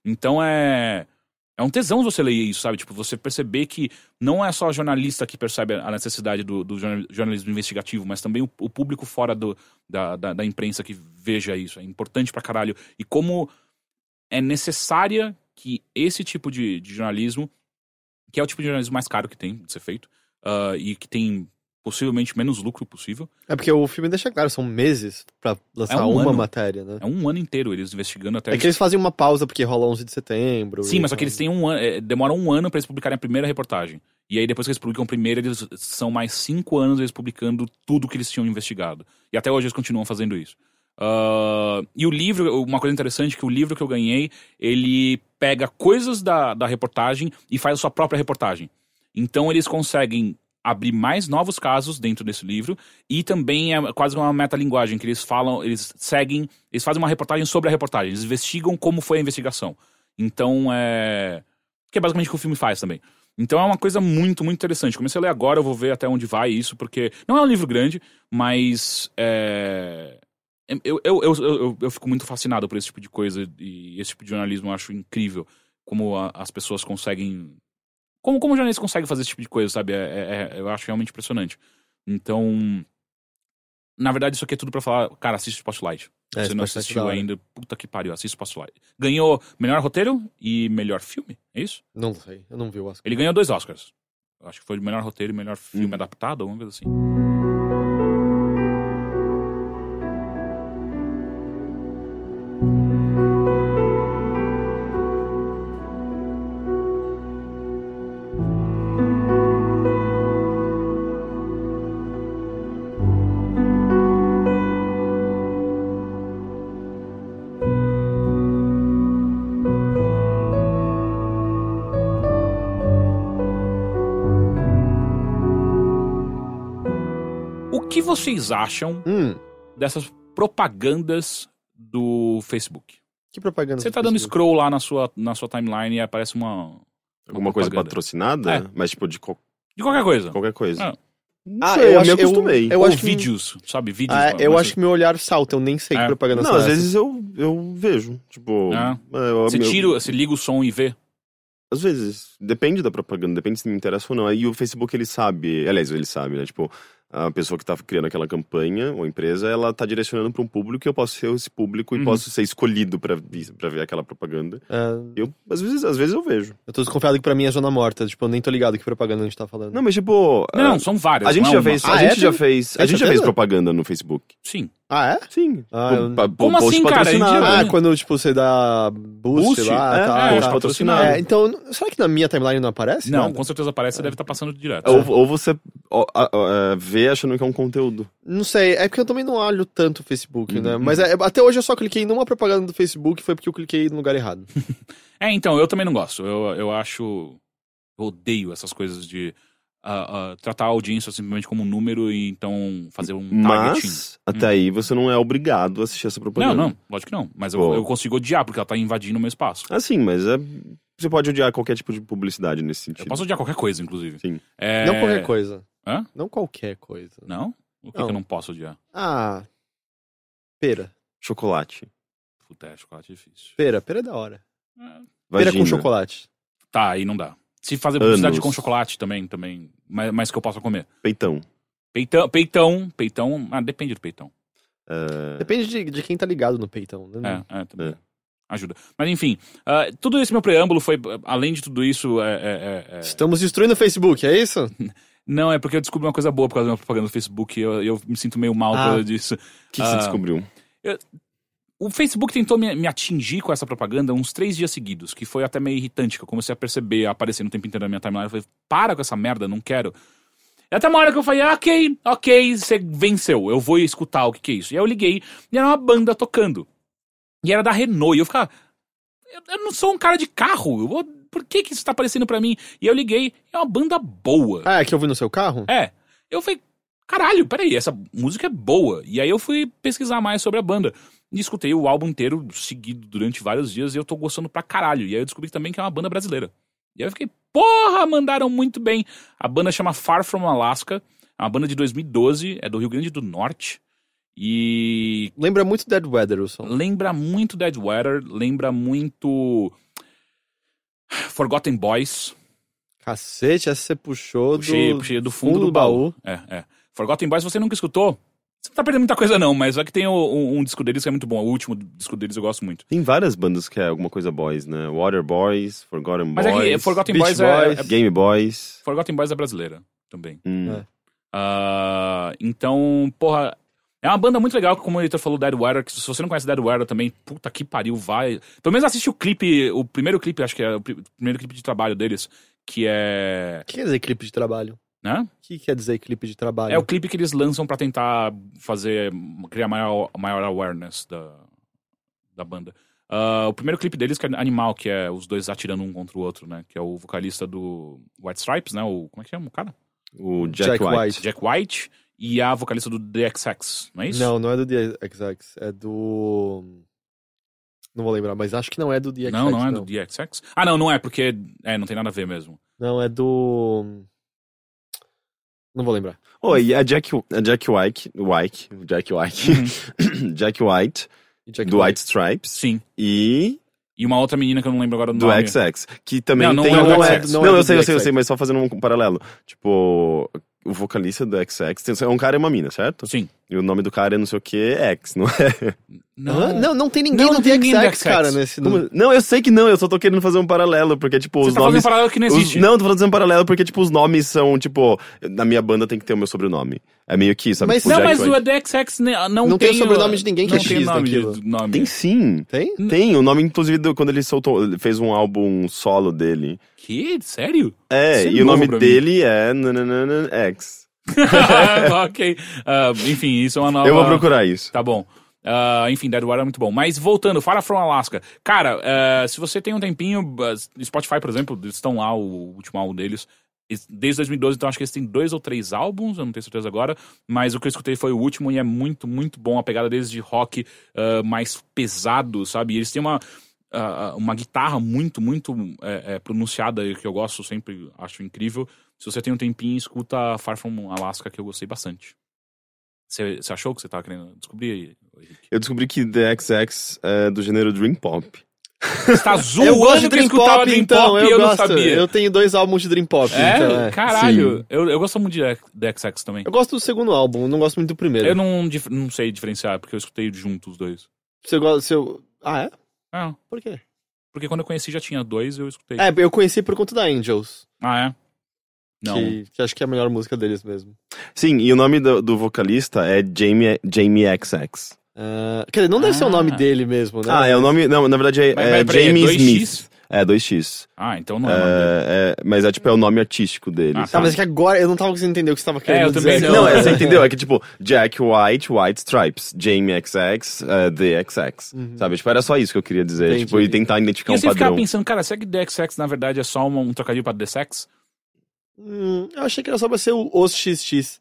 Então é... É um tesão você ler isso, sabe? Tipo, você perceber que não é só jornalista que percebe a necessidade do, do jornalismo investigativo, mas também o, o público fora do, da, da, da imprensa que veja isso. É importante pra caralho. E como é necessária que esse tipo de, de jornalismo, que é o tipo de jornalismo mais caro que tem de ser feito, uh, e que tem possivelmente menos lucro possível. É porque o filme deixa claro, são meses pra lançar É um uma ano. matéria, né? É um ano inteiro eles investigando até... É que eles fazem uma pausa porque rola onze de setembro. Sim, e mas só que tal. eles têm um ano, é, demoram um ano pra eles publicarem a primeira reportagem. E aí depois que eles publicam a primeira, eles são mais cinco anos eles publicando tudo que eles tinham investigado. E até hoje eles continuam fazendo isso. Uh, e o livro, uma coisa interessante é que o livro que eu ganhei, ele pega coisas da, da reportagem e faz a sua própria reportagem. Então eles conseguem abrir mais novos casos dentro desse livro, e também é quase uma metalinguagem, que eles falam, eles seguem, eles fazem uma reportagem sobre a reportagem, eles investigam como foi a investigação. Então é... que é basicamente o que o filme faz também. Então é uma coisa muito, muito interessante. Comecei a ler agora, eu vou ver até onde vai isso, porque não é um livro grande, mas é... Eu, eu, eu, eu, eu fico muito fascinado por esse tipo de coisa, e esse tipo de jornalismo eu acho incrível, como a, as pessoas conseguem... Como, como o jornalista consegue fazer esse tipo de coisa, sabe? É, é, é, eu acho realmente impressionante. Então, na verdade, isso aqui é tudo pra falar, cara, assiste Spotlight. Se É, você não Spotlight assistiu da hora. ainda, puta que pariu, assiste Spotlight. Ganhou melhor roteiro e melhor filme, é isso? Não sei, eu não vi o Oscar. Ele ganhou dois Oscars. Eu acho que foi melhor roteiro e melhor filme Hum. adaptado, alguma coisa assim. O que vocês acham Hum, dessas propagandas do Facebook? que propaganda Você do tá dando Facebook? scroll lá na sua, na sua timeline e aparece uma... Alguma coisa propaganda. patrocinada, É. mas tipo de qual- De qualquer coisa. qualquer coisa. Ah. Não Ah, sei, eu eu, acho- me acostumei. eu- eu Ou acho que- vídeos, sabe? Vídeos. Ah, mas- eu mas- acho que meu olhar salta, eu nem sei É. que propaganda Não, são às essas. vezes eu, eu vejo. Tipo. Ah. é, eu- Você eu- tira, você liga o som e vê. Às vezes. Depende da propaganda, depende se me interessa ou não. Aí o Facebook ele sabe. Aliás, ele sabe, né? Tipo, a pessoa que tá criando aquela campanha, ou empresa, ela tá direcionando pra um público e eu posso ser esse público e Uhum. posso ser escolhido pra, vi- pra ver aquela propaganda. É, Eu, às vezes, às vezes eu vejo. eu tô desconfiado que pra mim é zona morta, tipo, eu nem tô ligado que propaganda a gente tá falando. Não, mas tipo. Não, ah, são várias. a gente não é já uma. fez. Ah, a é? gente já Tem- fez. A tem gente já fez certeza? propaganda no Facebook. Sim. Ah, é? Sim. Ah, Tipo, eu- pa- Como post assim, cara? patrocinado. Indiano. Ah, quando, tipo, você dá boost, Boost? lá, É, tá, post tá. patrocinado. É, então, será que na minha timeline não aparece? Não, nada? com certeza aparece, você deve estar passando direto. Ou, ou você ó, ó, ó, é, vê achando que é um conteúdo. Não sei, é porque eu também não olho tanto o Facebook, Uhum. né? Mas é, até hoje eu só cliquei numa propaganda do Facebook, foi porque eu cliquei no lugar errado. É, então, eu também não gosto. Eu, eu acho... Eu odeio essas coisas de ah, ah, tratar a audiência simplesmente como um número e então fazer um targeting. Mas, até aí, você não é obrigado a assistir essa Não, propaganda. não, lógico que não. Mas eu, Pô. eu consigo odiar, porque ela tá invadindo o meu espaço. Ah, sim, mas é... você pode odiar qualquer tipo de publicidade nesse sentido. Eu posso odiar qualquer coisa, inclusive. Sim. É... Não qualquer coisa. Hã? Não qualquer coisa. Não? O que, Não. que eu não posso odiar? Ah, pera. Chocolate. Puta, é, chocolate é difícil. Pera, pera é da hora. Vagina. Pera com chocolate. Tá, aí não dá. Se fazer publicidade Anos. com chocolate também, também, mas, mas que eu possa comer. Peitão. Peitão, peitão, peitão, ah, depende do peitão. É... Depende de, de quem tá ligado no peitão, né? É, é, também. É. Ajuda. Mas enfim, ah, tudo esse meu preâmbulo foi, além de tudo isso, é, é, é, é- Estamos destruindo o Facebook, é isso? não, é porque eu descobri uma coisa boa por causa da minha propaganda do Facebook e eu, eu me sinto meio mal por Ah. causa disso. O que Ah. você descobriu? O Facebook tentou me, me atingir com essa propaganda uns três dias seguidos, que foi até meio irritante, que eu comecei a perceber, a aparecer no tempo inteiro na minha timeline. Eu falei, para com essa merda, não quero. E até uma hora que eu falei, ok, ok, você venceu, eu vou escutar o que, que é isso. E aí eu liguei, e era uma banda tocando. E era da Renault, e eu ficava, eu, eu não sou um cara de carro, eu vou, por que que isso tá aparecendo pra mim? E eu liguei, é uma banda boa. Ah, é que eu vi no seu carro? É. Eu falei, caralho, peraí, essa música é boa. E aí eu fui pesquisar mais sobre a banda. E escutei o álbum inteiro seguido durante vários dias e eu tô gostando pra caralho. E aí eu descobri também que é uma banda brasileira. E aí eu fiquei, porra, mandaram muito bem. A banda chama Far From Alaska. É uma banda de dois mil e doze, é do Rio Grande do Norte. E Lembra muito Dead Weather o som. lembra muito Dead Weather, lembra muito... Forgotten Boys. Cacete, essa você puxou Puxei, do, puxei do fundo, do baú. É, é. Forgotten Boys, você nunca escutou? Você não tá perdendo muita coisa não, mas aqui tem o, um, um disco deles que é muito bom. O último disco deles eu gosto muito. Tem várias bandas que é alguma coisa boys, né? Water Boys, Forgotten Mas Boys, é que Forgotten Beach Boys é, Boys. é... Game Boys. Forgotten Boys é brasileira também. Hum. É. Ah, então, porra... É uma banda muito legal, como o Heitor falou, Deadwater, que se você não conhece Deadwater também, puta que pariu, vai... Pelo menos assiste o clipe, o primeiro clipe, acho que é o pri- primeiro clipe de trabalho deles, que é... O que quer dizer clipe de trabalho? Né? O que quer dizer clipe de trabalho? É o clipe que eles lançam pra tentar fazer, criar maior, maior awareness da, da banda. Ah, o primeiro clipe deles que é Animal, que é os dois atirando um contra o outro, né? Que é o vocalista do White Stripes, né? O, como é que chama o cara? O Jack, Jack White. White. Jack White e a vocalista do The X X, não é isso? Não, não é do D X X, é do... Não vou lembrar, mas acho que não é do D X X. Não, não é do The X X? Ah, não, não é, porque é, não tem nada a ver mesmo. Não, é do... Não vou lembrar. Oi, a Jack, a Jack White, White, Jack White, Jack White, E Jack do White Stripes, Sim. e E uma outra menina que eu não lembro agora do, do nome. X X, que também Não, não tem é do um... X X. Não, Não é eu do sei, eu X sei, eu X. sei, mas só fazendo um paralelo. Tipo, o vocalista do X X, tem, é um cara e uma mina, certo? Sim. E o nome do cara é não sei o que, X, não é? Não, não, não tem ninguém Não, do não tem ninguém do D X X, X X. cara, nesse... Como- Não, eu sei que não, eu só tô querendo fazer um paralelo, porque, tipo, Você os tá nomes... fazendo um paralelo que não os- existe. Não, tô fazendo um paralelo porque, tipo, os nomes são, tipo... Na minha banda tem que ter o meu sobrenome. É meio que, sabe? Mas- tipo, Não, Jack mas White. o The X X ne- não, Não tem o o- sobrenome de ninguém que não é tem X nome, naquilo. de- nome. Tem sim. Tem? Tem, o nome, inclusive, do- quando ele soltou... Ele fez um álbum solo dele. Que? Sério? É, Isso é e o novo nome pra mim. dele é... nananana X. Ok. Ah, enfim, isso é uma nova... Eu vou procurar isso. Tá bom. Ah, enfim, Deadwater é muito bom. Mas voltando, Far From Alaska. Cara, eh, se você tem um tempinho, eh, Spotify, por exemplo, eles estão lá, o último álbum deles, eles- desde dois mil e doze, então acho que eles têm dois ou três álbuns, eu não tenho certeza agora, mas o que eu escutei foi o último e é muito, muito bom. A pegada deles de rock ah, mais pesado, sabe? E eles têm uma, ah, uma guitarra muito, muito eh, eh, pronunciada, que eu gosto, sempre acho incrível. Se você tem um tempinho, escuta Far From Alaska, que eu gostei bastante. Você você achou que você tava querendo descobrir, Henrique? Eu descobri que The X X é do gênero Dream Pop. Você tá zoando Eu gosto de que eu Dream escutava Pop, Dream então, Pop eu, e eu não gosto. sabia. Eu tenho dois álbuns de Dream Pop, É? então é. Caralho. Sim. Eu, eu gosto muito de The X X também. Eu gosto do segundo álbum, não gosto muito do primeiro. Eu não, dif- não sei diferenciar, porque eu escutei junto os dois. Você gosta... Seu... Ah, é? Ah, Por quê? porque quando eu conheci já tinha dois e eu escutei. É, eu conheci por conta da Angels. Ah, é? Não. Que, que acho que é a melhor música deles mesmo. Sim, e o nome do, do vocalista é Jamie, Jamie X X. Ah, quer dizer, não deve ser o nome Ah. dele mesmo, né? Ah, é o nome... Não, na verdade é, Mas- é mas peraí, é Jamie dois Smith. X? É, dois X. Ah, então não é, o nome dele. É, é, mas é tipo, é o nome artístico dele. Ah, Tá, mas é que agora eu não tava conseguindo entender o que você tava querendo É, eu dizer. também Não, não. é, você entendeu? É que tipo, Jack White, White Stripes, Jamie X X, uh, The X X. Sabe? Tipo, era só isso que eu queria dizer. Entendi. Tipo, e tentar identificar E um você ficava padrão. pensando, cara, será que The X X na verdade é só uma- um trocadilho pra The Sex? Hum, eu achei que era só pra ser o Os X X.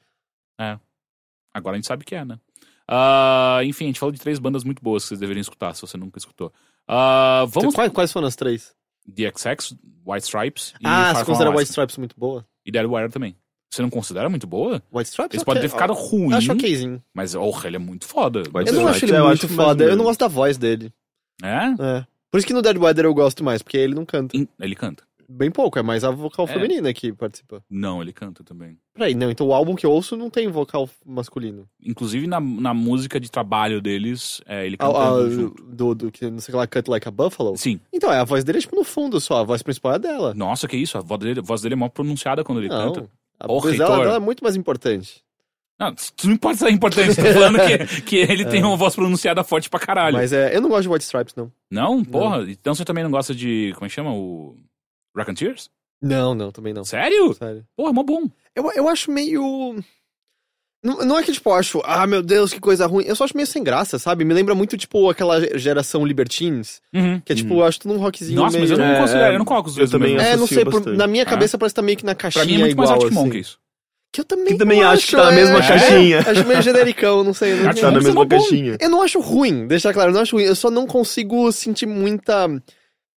Agora a gente sabe que é, né? Ah, enfim, a gente falou de três bandas muito boas que vocês deveriam escutar, se você nunca escutou. Ah, vamos... Quais, quais foram as três? The X X, White Stripes e Ah, Far você From considera Alaska. White Stripes muito boa? E Deadwater também. Você não considera muito boa? White Stripes? Eles ok. podem ter ficado ruim, Eu acho okzinho. mas oh, ele é muito foda. White Eu não acho Stripes, ele eu muito acho mais foda, ou eu não menos. gosto da voz dele. É? É. Por isso que no Dead Weather eu gosto mais, porque ele não canta. In- Ele canta. Bem pouco, é mais a vocal É. feminina que participa. Não, ele canta também. Peraí, não, então o álbum que eu ouço não tem vocal masculino. Inclusive na, na música de trabalho deles, é, ele Ah, cantando ah, junto. do, do que não sei lá, Cut Like a Buffalo. Sim. Então, é, a voz dele é tipo no fundo só, a voz principal é dela. Nossa, que isso? A voz dele, a voz dele é mó pronunciada quando ele Não, canta. a Ô, voz dela, Heitor. dela é muito mais importante. Não, isso não importa se é importante, tô falando que, que ele tem uma voz pronunciada forte pra caralho. Mas é, eu não gosto de White Stripes, não. Não? Porra, então você também não gosta de, como é que chama? O Racketeers? Não, não, também não. Sério? Sério. Porra, é mó bom. Eu, eu acho meio... Não, não é que, tipo, eu acho, ah, meu Deus, que coisa ruim. Eu só acho meio sem graça, sabe? Me lembra muito, tipo, aquela geração Libertines. Uhum. Que é, tipo, eu acho tudo um rockzinho Nossa, meio... mas eu não É, considero, é, eu não coloco os eu dois no também mesmo. É, não associo sei, por- bastante. na minha Ah. cabeça parece que tá meio que na caixinha Pra mim é muito igual, mais Arctic assim. Monkeys. Que eu também Que também não acho que tá na mesma é, caixinha. Acho meio genericão, não sei. Não, Arctic Tá na Monkeys é mesma mó bom. caixinha. eu não acho ruim, deixar claro, eu não acho ruim. Eu só não consigo sentir muita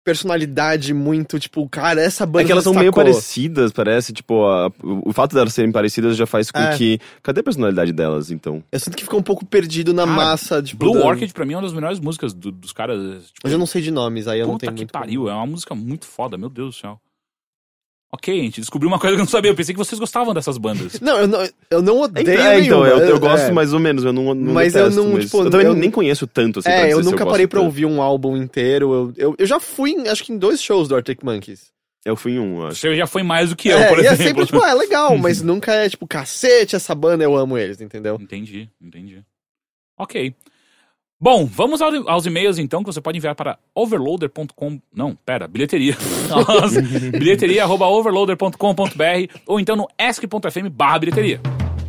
personalidade muito, tipo, cara, essa banda É que elas são meio destacou. parecidas, parece, tipo, a- o, o fato delas serem parecidas já faz com É. que... Cadê a personalidade delas, então? Eu sinto que ficou um pouco perdido na Cara, massa, tipo... Blue da- Orchid, pra mim, é uma das melhores músicas do- dos caras. Tipo, Mas eu não sei de nomes, aí eu não puta tenho que muito... pariu, é uma música muito foda, meu Deus do céu. Ok, gente, descobriu uma coisa que eu não sabia. Eu pensei que vocês gostavam dessas bandas. Não, eu não, eu não odeio Então, é, então, nenhuma, eu, eu gosto é. mais ou menos, eu não, não Mas eu detesto, não, mas tipo, eu também eu- nem conheço tanto, assim, pra É, dizer eu se nunca gosto parei pra tanto. ouvir um álbum inteiro. Eu, eu, eu já fui, em, acho que em dois shows do Arctic Monkeys. Eu fui em um, acho. Você já foi mais do que eu, é, por e é exemplo. sempre, tipo, ah, é legal, mas nunca é, tipo, cacete, essa banda, eu amo eles, entendeu? Entendi, entendi. Ok. Bom, vamos ao- aos e-mails então, que você pode enviar para overloader ponto com... Não, pera, bilheteria. Nossa, bilheteria arroba overloader ponto com ponto br ou então no ask ponto f m barra bilheteria.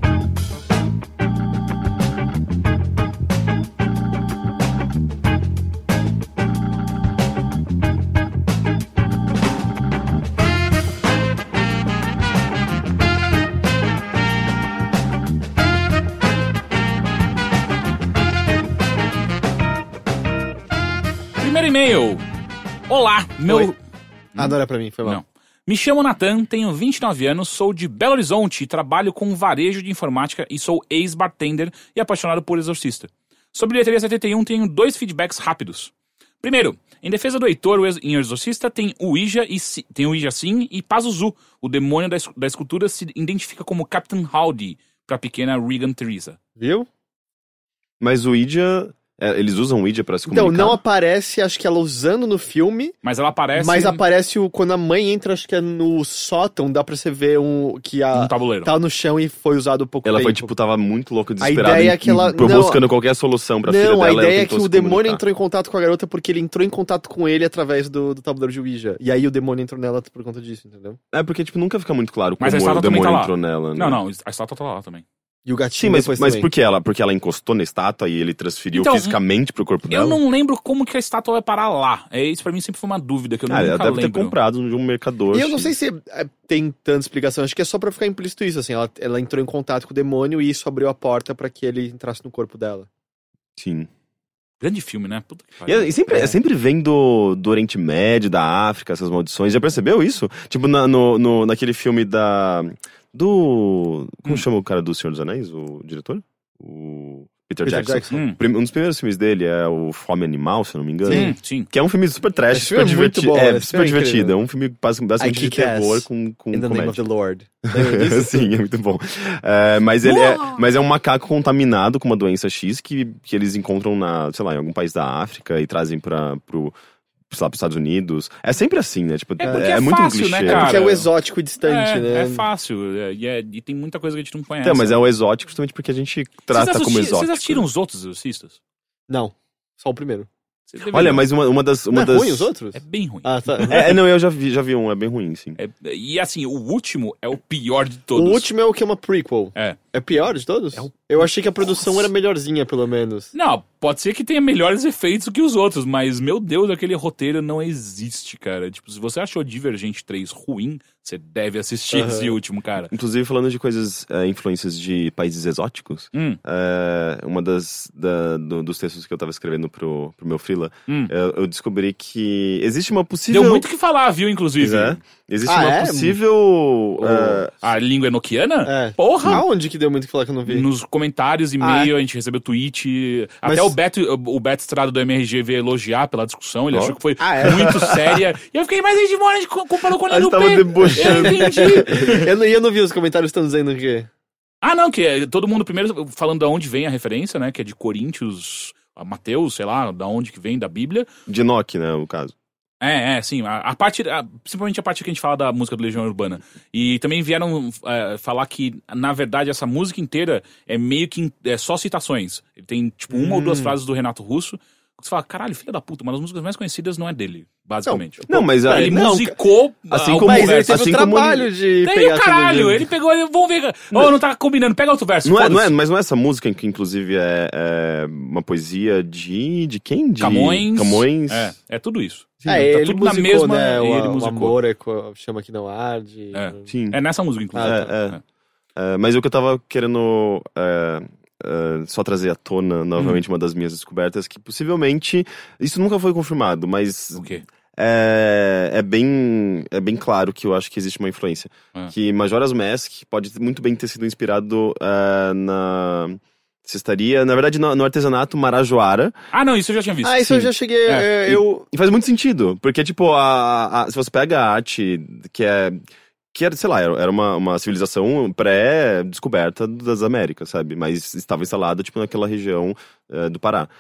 Primeiro e-mail. Olá, meu... Oi. Ah, não era pra mim, foi mal. Não. Me chamo Natan, tenho vinte e nove anos, sou de Belo Horizonte e trabalho com varejo de informática e sou ex-bartender e apaixonado por Exorcista. Sobre Bilheteria setenta e um, tenho dois feedbacks rápidos. Primeiro, em defesa do Heitor, o ex- em Exorcista tem o Ouija, e si- tem o Ouija sim, e Pazuzu, o demônio da, es- da escultura, se identifica como Captain Howdy para a pequena Regan Teresa. Viu? Mas o Ouija... é, eles usam o Ouija pra se Então, comunicar? não aparece, acho que ela usando no filme, Mas ela aparece mas aparece o, quando a mãe entra, acho que é no sótão, dá pra você ver um, que a, um tabuleiro. tá no chão e foi usado pouco Ela tempo. foi, tipo, tava muito louca, desesperada, ideia em- é que ela- em- pro- não, buscando qualquer solução pra filha Não, dela. a ela ideia é tentou que o se demônio comunicar. entrou em contato com a garota porque ele entrou em contato com ele através do, do tabuleiro de Ouija. E aí o demônio entrou nela por conta disso, entendeu? É, porque, tipo, nunca fica muito claro Mas a como o estátua também demônio tá lá. entrou nela, né? Não, não, a estátua tá lá também. E o gatinho Sim, mas, depois mas também. por que ela? Porque ela encostou na estátua e ele transferiu Então, fisicamente pro corpo dela? Eu não lembro como que a estátua vai parar lá. É, isso pra mim sempre foi uma dúvida que eu Ah, ela nunca deve lembro. ter comprado de um mercador. E eu não X. sei se é, tem tanta explicação, acho que é só pra ficar implícito isso, assim, ela, ela entrou em contato com o demônio e isso abriu a porta pra que ele entrasse no corpo dela. Sim. Grande filme, né? Puta que E, pariu. é- e sempre, é. sempre vem do, do Oriente Médio, da África, essas maldições. Já percebeu isso? Tipo, na, no, no, naquele filme da... Do... Como Hum. chama o cara do Senhor dos Anéis? O diretor? O Peter, Peter Jackson. Jackson. Hum, Prim- Um dos primeiros filmes dele é o Fome Animal, se eu não me engano. sim, sim. Que é um filme super trash, Esse super filme é muito divertido. bom, É, esse super filme é divertido. incrível. É um filme basi- basicamente I de kick ass terror com, com In the name of comédia. the Lord. Lembra disso? Sim, é muito bom. É, mas ele é, mas é um macaco contaminado com uma doença X que, que eles encontram na, sei lá, em algum país da África e trazem para pro sei lá, pros Estados Unidos. É sempre assim, né? Tipo, É porque é muito um fácil, clichê. né, cara? Porque é o exótico e distante, é, né? é fácil. é, e, é- e tem muita coisa que a gente não conhece. Então, mas é o exótico justamente porque a gente trata vocês como assisti- exótico. Vocês assistiram os outros exorcistas? Não, só o primeiro. Vocês deveriam. Olha, mas uma, uma das... Uma Não é das... ruim os outros? É bem ruim. Ah, tá. É, é, não, eu já vi, já vi um, é bem ruim, sim. É- e assim, o último é o pior de O todos. último é o que é uma prequel. É. É o pior de todos? É o- Eu achei que a produção era melhorzinha, pelo menos. Não, pode ser que tenha melhores efeitos do que os outros, mas, meu Deus, aquele roteiro não existe, cara. Tipo, se você achou Divergente três ruim, você deve assistir Aham. esse último, cara. Inclusive, falando de coisas, é, influências de países exóticos, Hum, é, uma das da- do- dos textos que eu tava escrevendo pro, pro meu freela, hum. eu, eu descobri que existe uma possível... Deu muito o que falar, viu, inclusive. Pois é. Existe Ah, uma é? possível... O- é, A língua enoquiana? É. Porra! Aonde que deu muito que falar que eu não vi? Nos comentários, e-mail, a gente recebeu tweet. Mas- Até o Beto, o Beto Estrada do M R G veio elogiar pela discussão. Ele Ó. achou que foi Ah, é? muito séria. E eu fiquei, mas a gente mora, a gente comparou com a a gente N tava P. debochando. Eu entendi. eu, não, e eu não vi os comentários que estão dizendo que... Ah, não, que é todo mundo primeiro falando da onde vem a referência, né? Que é de Coríntios, a Mateus, sei lá, da onde que vem da Bíblia. De Enoch, né, o caso. É, é, sim. A, a parte, a- principalmente a parte que a gente fala da música do Legião Urbana. E também vieram é, falar que, na verdade, essa música inteira é meio que é só citações. Ele tem, tipo, uma ou duas frases do Renato Russo. Você fala, caralho, filha da puta, uma das músicas mais conhecidas não é dele, basicamente. Não, mas... Ele aí- não, musicou... assim ah, como- Mas ele verso. teve assim o como trabalho ele- de Daí pegar o essa caralho, melodia. ele pegou, ele, vamos ver... Oh, não tá combinando, pega outro verso, Não é, não, é, foda-se. mas não é essa música que, inclusive, é, é uma poesia de... De quem? De Camões. Camões. É, é tudo isso. É, tá ele tudo musicou, na mesma... né? e O, ele o musicou. amor é co- chama que não arde. É. Sim. É nessa música, inclusive. Ah, É, tá. é. É, mas o que eu tava querendo é, é, só trazer à tona, novamente, uma das minhas descobertas, que possivelmente, isso nunca foi confirmado, mas O quê? é, é, bem, é bem claro que eu acho que existe uma influência. É. Que Majora's Mask pode muito bem ter sido inspirado uh, na cestaria, na verdade no, no artesanato marajoara. Ah, não, isso eu já tinha visto. Ah, isso Sim. eu já cheguei. É, é, eu... E faz muito sentido, porque tipo, a, a, se você pega a arte que é... Que era, sei lá, era uma, uma civilização pré-descoberta das Américas, sabe? Mas estava instalada, tipo, naquela região uh, do Pará.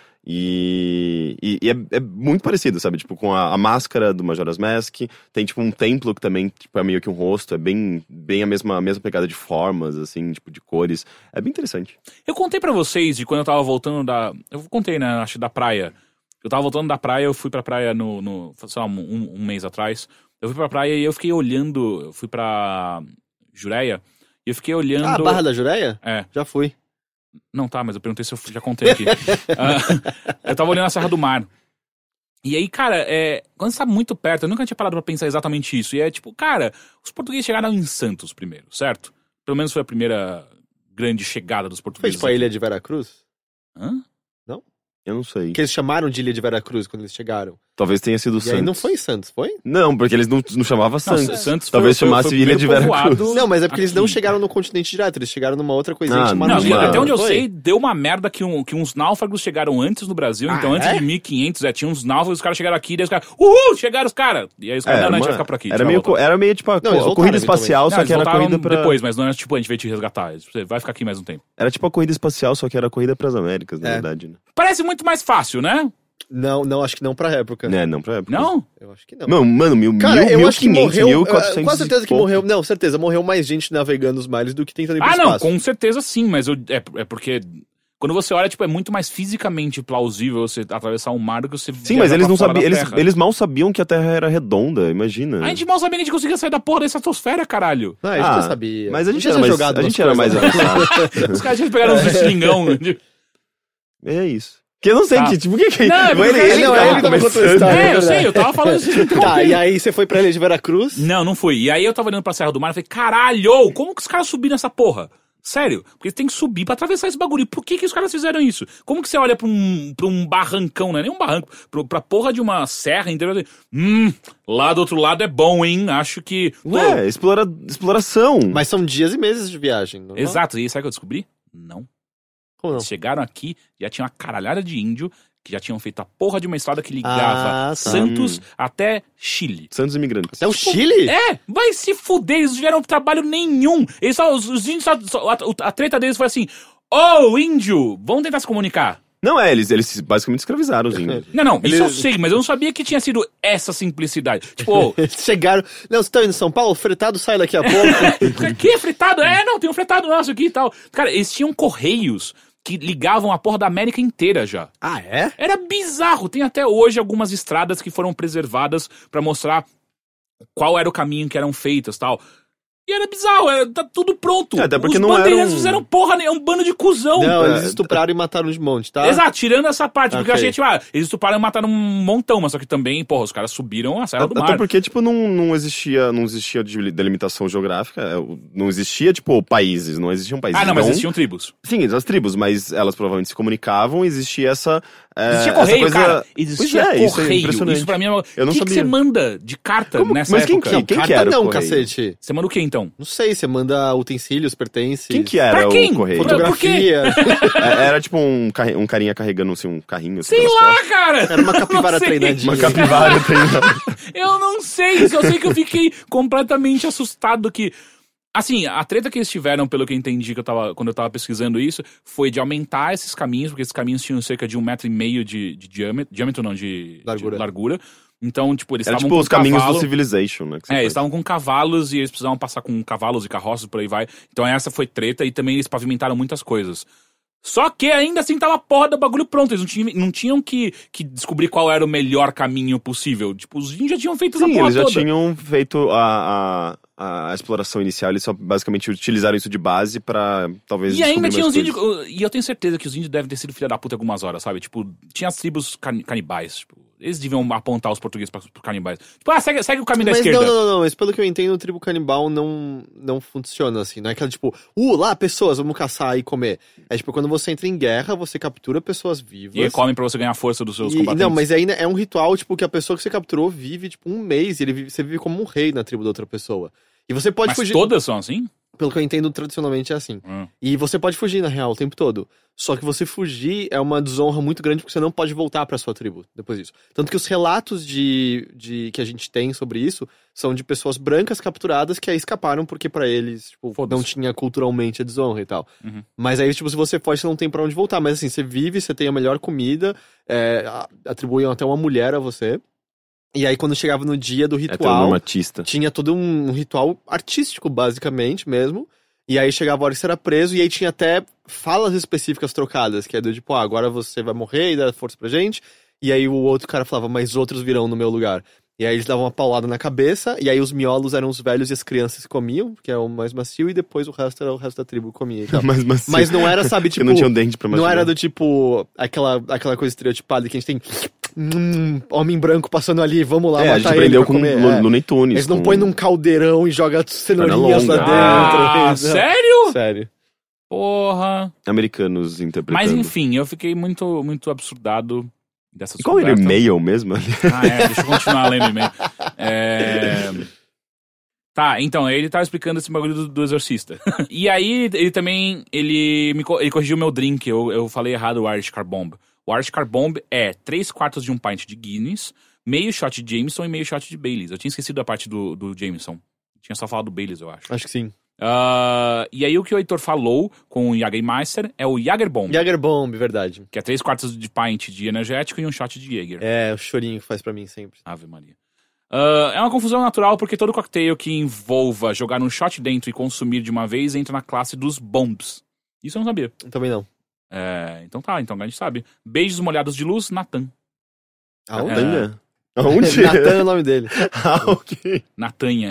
E, e, e é, é muito parecido, sabe? Tipo, com a, a máscara do Majora's Mask. Tem, tipo, um templo que também, tipo, é meio que um rosto. É bem, bem a, mesma, a mesma pegada de formas, assim, tipo, de cores. É bem interessante. Eu contei pra vocês de quando eu tava voltando da... Eu contei, né, acho, da praia. Eu tava voltando da praia, eu fui pra praia no, no sei lá, um, um mês atrás. Eu fui pra praia e eu fiquei olhando, eu fui pra Jureia, e eu fiquei olhando... Ah, a Barra da Jureia? É. Já fui. Não, tá, mas eu perguntei se eu já contei aqui. uh, eu tava olhando a Serra do Mar. E aí, cara, é, quando você tá muito perto, eu nunca tinha parado pra pensar exatamente isso. E é tipo, cara, os portugueses chegaram em Santos primeiro, certo? Pelo menos foi a primeira grande chegada dos Foi portugueses. tipo a Ilha de Veracruz? Hã? Eu não sei. Que eles chamaram de Ilha de Veracruz quando eles chegaram. Talvez tenha sido E Santos. aí não foi em Santos, foi? Não, porque eles não, não chamavam Santos. Não, Santos Talvez foi- foi- chamasse foi o Ilha de primeiro Veracruz. povoado. Não, mas é porque eles não Aqui. chegaram no continente direto, eles chegaram numa outra coisinha Ah, chamada Não, e Mas- até onde eu foi? sei, deu uma merda que, um, que uns náufragos chegaram antes no Brasil. Ah, então, antes é? de mil e quinhentos, é, tinha uns náufragos, os caras chegaram aqui, daí os caras, uhul, chegaram os caras. E aí os caras, É, não, não, a gente uma- vai ficar por aqui. a gente Era vai meio, voltar. co- era meio tipo a, Não, co- eles a voltaram corrida espacial, Não, só eles que era a voltaram corrida pra... depois, mas não era tipo, a gente veio te resgatar. Você vai ficar aqui mais um tempo. Era tipo a corrida espacial, só que era a corrida pras Américas, na É. verdade, né? Parece muito mais fácil, né? Não, não, acho que não pra época. É, não pra época. Não? Eu acho que não. Não, mano, mil, Cara, mil, eu mil acho que quinhentos, morreu. mil uh, quatrocentos com certeza e que pouco. morreu. Não, certeza, morreu mais gente navegando os mares do que tentando ir pro Ah, não, espaço. com certeza sim, mas eu, é, é porque... Quando você olha, tipo, é muito mais fisicamente plausível você atravessar um mar do que você Sim, mas viajar eles pra não fora sabiam, da eles, Terra. eles mal sabiam que a Terra era redonda, imagina. A gente mal sabia que a gente conseguia sair da porra da estratosfera, caralho. Ah, a gente Ah, já sabia. mas a gente já era tinha mais, jogado a umas gente era mais coisas lá. avançado. Os caras já pegaram uns estilingão. É isso. Que eu não sei Tá. que, tipo, o que que... Não, é porque ele, ele- ele não, tava ele tava contando a começando. história. É, eu verdade. sei, eu tava falando isso. Tá, e aí você foi pra Ilha de Veracruz? Não, não fui. E aí eu tava olhando pra Serra do Mar e falei, caralho, como que os caras subiram essa porra? Sério, porque tem que subir pra atravessar esse bagulho. E por que que os caras fizeram isso? Como que você olha pra um, pra um barrancão, não é nem um barranco, pra, pra porra de uma serra inteira, hum, lá do outro lado é bom, hein? Acho que... tô- Ué, explora, exploração. Mas são dias e meses de viagem. Não? Exato, e sabe o que eu descobri? Não. Como não? Eles chegaram aqui, já tinha uma caralhada de índio, que já tinham feito a porra de uma estrada que ligava Ah, tá. Santos até Chile. Santos imigrantes. É o Chile? É, vai se fuder, eles não tiveram trabalho nenhum. Eles só, os, os índios, só, só- a, a treta deles foi assim, ô índio, vamos tentar se comunicar. Não, é, eles, eles basicamente escravizaram os índios. Não, não, isso eu Eles- sei, mas eu não sabia que tinha sido essa simplicidade. Tipo, ô, Eles chegaram. Não, você tá indo em São Paulo? O fretado sai daqui a pouco. que fretado? É, não, tem um fretado nosso aqui e tal. Cara, eles tinham correios que ligavam a porra da América inteira já. Ah, é? Era bizarro. Tem até hoje algumas estradas que foram preservadas pra mostrar qual era o caminho que eram feitas e tal. E era bizarro, era, tá tudo pronto. É, até porque Os não era bandeirantes um- fizeram porra, né? É um bando de cuzão. Não, É, eles estupraram e mataram de monte, tá? Exato, tirando essa parte, porque eu Ok. achei, tipo, ah, eles estuparam e mataram um montão, mas só que também, porra, os caras subiram a Serra do Até Mar. porque, tipo, não, não existia, não existia de- delimitação geográfica, é, o- não existia, tipo, países, não existiam países. Ah, não, mas Então, existiam tribos. Sim, as tribos, mas elas provavelmente se comunicavam, existia essa... é, Existia essa correio, coisa... cara. Existia Pois é, isso é correio. impressionante. Isso pra mim é uma... Eu não O que, que sabia. você manda de carta Como- nessa mas quem época? que- quem Carta era o não, correio? cacete. Você manda o que, então? Não sei, você manda utensílios, pertences. Quem que era Pra quem? o correio? Fotogra- Fotografia. É, Era tipo um, carri- um carinha carregando assim, um carrinho. assim, Sei pelas lá, costas. cara! Era uma capivara Não sei. treinadinha. Uma capivara treinando. Eu não sei, só sei que eu fiquei completamente assustado que... Assim, a treta que eles tiveram, pelo que eu entendi que eu tava, quando eu tava pesquisando isso, foi de aumentar esses caminhos, porque esses caminhos tinham cerca de um metro e meio de, de diâmetro, diâmetro não, de Largura. de largura. Então, tipo, eles Era estavam tipo com os caminhos cavalo... do Civilization, né? que você É, eles faz. estavam com cavalos e eles precisavam passar com cavalos e carroças, por aí vai. Então essa foi treta e também eles pavimentaram muitas coisas. Só que ainda assim tava a porra do bagulho pronto. Eles não tinham, não tinham que, que descobrir qual era o melhor caminho possível. Tipo, os índios já tinham feito essa Sim, porra eles já toda. tinham feito a, a, a exploração inicial, eles só basicamente utilizaram isso de base pra talvez E ainda descobrir tinha mais os coisas. índios. E eu tenho certeza que os índios devem ter sido filha da puta algumas horas, sabe? Tipo, tinha as tribos can- canibais. Tipo, Eles deviam apontar os portugueses para os canibais. Tipo, ah, segue, segue o caminho Mas da esquerda. não, não, não, mas pelo que eu entendo, o tribo canibal não, não funciona assim. Não é aquela tipo, uh, lá, pessoas, vamos caçar e comer. É tipo, quando você entra em guerra, você captura pessoas vivas. E aí comem pra você ganhar força dos seus E- combatentes. não, mas ainda é um ritual, tipo, que a pessoa que você capturou vive, tipo, um mês. E ele vive- você vive como um rei na tribo da outra pessoa. E você pode Mas fugir. todas são assim? Pelo que eu entendo, tradicionalmente é assim. Hum. E você pode fugir, na real, o tempo todo. Só que você fugir é uma desonra muito grande porque você não pode voltar pra sua tribo depois disso. Tanto que os relatos de, de que a gente tem sobre isso são de pessoas brancas capturadas que aí escaparam porque pra eles, tipo, Foda-se. não tinha culturalmente a desonra e tal. Uhum. Mas aí, tipo, se você foge, você não tem pra onde voltar. Mas assim, você vive, você tem a melhor comida, é, a- atribuíam até uma mulher a você. E aí, quando chegava no dia do É ritual, heteronormatista. tinha todo um ritual artístico, basicamente, mesmo. E aí chegava a hora que você era preso, e aí tinha até falas específicas trocadas, que é do tipo, ah, agora você vai morrer e dá força pra gente. E aí o outro cara falava, mas outros virão no meu lugar. E aí eles davam uma paulada na cabeça, e aí os miolos eram os velhos e as crianças que comiam, que é o mais macio, e depois o resto era o resto da tribo que comia e tal. Mas, mas, Mas não era, sabe, porque tipo... não tinha um dente pra Não machucar. era do tipo, aquela, aquela coisa estereotipada que a gente tem... Hum, homem branco passando ali, vamos lá É, a matar gente ele aprendeu pra com comer. Lu- É. Looney Tunes. Eles não com- põem num caldeirão e jogam cenourinhas lá longa. dentro. Ah, Exato. sério? Sério. Porra. Americanos interpretando. Mas enfim, eu fiquei muito, muito absurdado dessa E qual era o descoberta. e-mail mesmo? Ah, é, deixa eu continuar lendo o e-mail. É... Tá, então, ele tava explicando esse bagulho do, do exorcista. E aí, ele também, ele me co- ele corrigiu meu drink, eu, eu falei errado o Irish Car Bomb. O Irish Car Bomb é três quartos de um pint de Guinness, meio shot de Jameson e meio shot de Baileys. Eu tinha esquecido a parte do, do Jameson. Tinha só falado do Baileys, eu acho. Acho que sim. Ah, e aí, o que o Heitor falou com o Jägermeister é o Jäger Bomb, Jäger Bomb, verdade. que é três quartos de pint de energético e um shot de Jäger. É, o chorinho que faz pra mim sempre. Ave Maria. Ah, é uma confusão natural porque todo cocktail que envolva jogar um shot dentro e consumir de uma vez entra na classe dos bombs. Isso eu não sabia. Também não. É, então tá, então a gente sabe. Beijos molhados de luz, Natan. Aonde? Aonde? Aonde? Natan é o nome dele. Ah, ok. Natanha.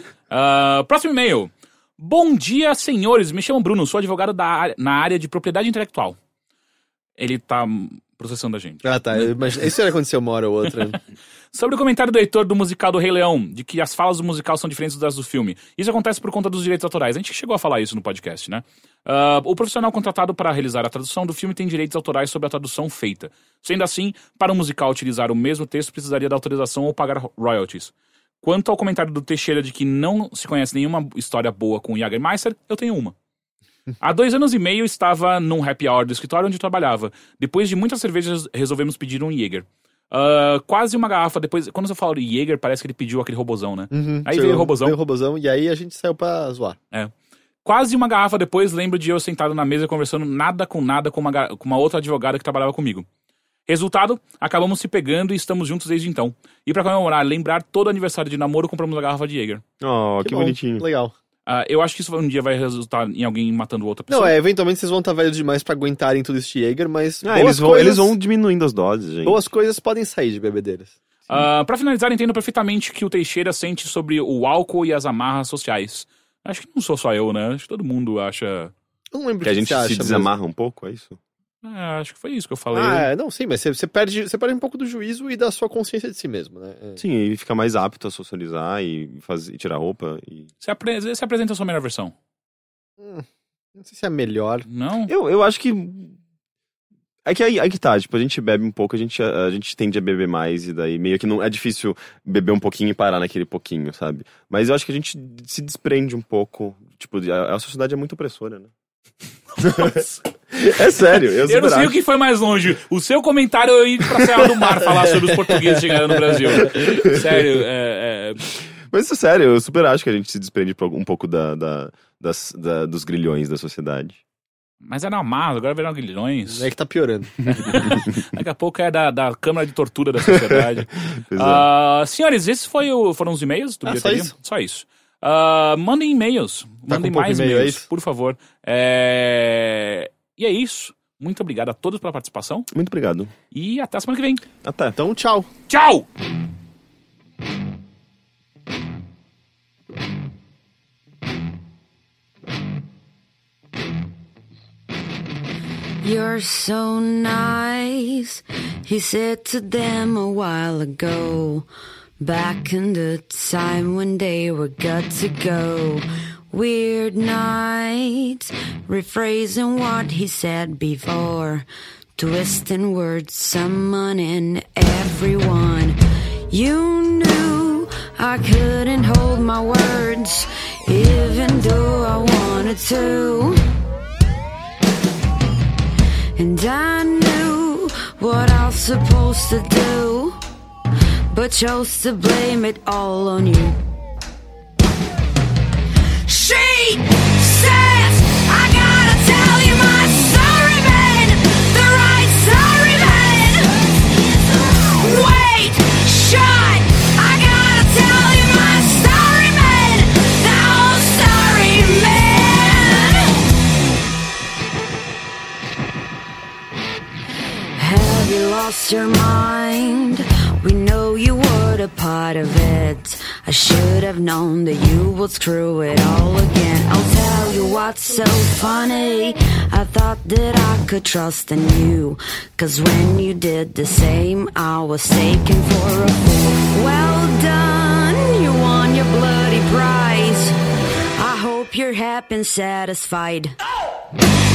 Ah, próximo e-mail. Bom dia, senhores. Me chamo Bruno, sou advogado da área- na área de propriedade intelectual. Ele tá processando a gente. Ah, tá. eu imagino- Isso ia acontecer uma hora ou outra. Sobre o comentário do Heitor do musical do Rei Leão, de que as falas do musical são diferentes das do filme. Isso acontece por conta dos direitos autorais. A gente chegou a falar isso no podcast, né? Ah, o profissional contratado para realizar a tradução do filme tem direitos autorais sobre a tradução feita. Sendo assim, para um musical utilizar o mesmo texto, precisaria da autorização ou pagar royalties. Quanto ao comentário do Teixeira de que não se conhece nenhuma história boa com o Jägermeister, eu tenho uma. Há dois anos e meio estava num happy hour do escritório onde trabalhava. Depois de muitas cervejas, resolvemos pedir um Jäger. Ah, quase uma garrafa depois. Quando você fala de Jäger, parece que ele pediu aquele robozão, né? Uhum. Aí Chegou- veio o robozão. Veio o robozão, e aí a gente saiu pra zoar. Quase uma garrafa depois, lembro de eu sentado na mesa conversando nada com nada com uma, ga- com uma outra advogada que trabalhava comigo. Resultado, acabamos se pegando e estamos juntos desde então. E pra comemorar, lembrar todo aniversário de namoro, compramos uma garrafa de Jäger. Oh, que, bom, bonitinho. Legal. Ah, eu acho que isso um dia vai resultar em alguém matando outra pessoa. Não, é, eventualmente vocês vão estar velhos demais pra aguentarem tudo isso de Jäger, mas Ah, boas eles, vão, coisas, eles vão diminuindo as doses, gente. boas coisas podem sair de bebedeiras. Ah, pra finalizar, entendo perfeitamente o que o Teixeira sente sobre o álcool e as amarras sociais. Acho que não sou só eu, né? Acho que todo mundo acha... Eu não lembro o Que a gente você acha se mesmo. desamarra um pouco, é isso? É, acho que foi isso que eu falei. Ah, é, não, sim, mas você, você, perde, você perde um pouco do juízo e da sua consciência de si mesmo, né? É. Sim, e fica mais apto a socializar e, fazer, e tirar roupa. E... Você, apre... você apresenta a sua melhor versão? Hum, não sei se é a melhor. Não? Eu, eu acho que. É que aí, aí que tá, tipo, a gente bebe um pouco, a gente, a, a gente tende a beber mais, e daí meio que não é difícil beber um pouquinho e parar naquele pouquinho, sabe? Mas eu acho que a gente se desprende um pouco. Tipo, a, a sociedade é muito opressora, né? É sério, eu, Eu não sei acho. o que foi mais longe. O seu comentário eu ir pra Serra do Mar falar sobre os portugueses chegando no Brasil. Sério, é, é... Mas isso é sério, eu super acho que a gente se desprende um pouco da, da, das, da- dos grilhões da sociedade. Mas era amarro, agora viraram grilhões. É que tá piorando. Daqui a pouco é da, da Câmara de Tortura da Sociedade. Pois é. Ah, senhores, esses foi o, foram os e-mails do Ah, Bilheteria? só isso? Só isso. Ah, mandem e-mails. Tá mandem com pouco mais e-mail, é e-mails, isso? por favor. É... E é isso. Muito obrigado a todos pela participação. Muito obrigado. E até a semana que vem. Até. Então, tchau. Tchau! You're so nice, He said to them a while ago, back in the time when they were good to go. Weird nights, rephrasing what he said before, twisting words, summoning everyone. You knew I couldn't hold my words, even though I wanted to. And I knew what I was supposed to do, but chose to blame it all on you. She says I gotta tell you my story, man, the right story, man. Wait, shut, I gotta tell you my story, man, the whole story, man. Have you lost your mind? We know you were a part of it. I should have known that you would screw it all again. I'll tell you what's so funny, I thought that I could trust in you, 'cause when you did the same, I was taken for a fool. Well done, you won your bloody prize. I hope you're happy and satisfied.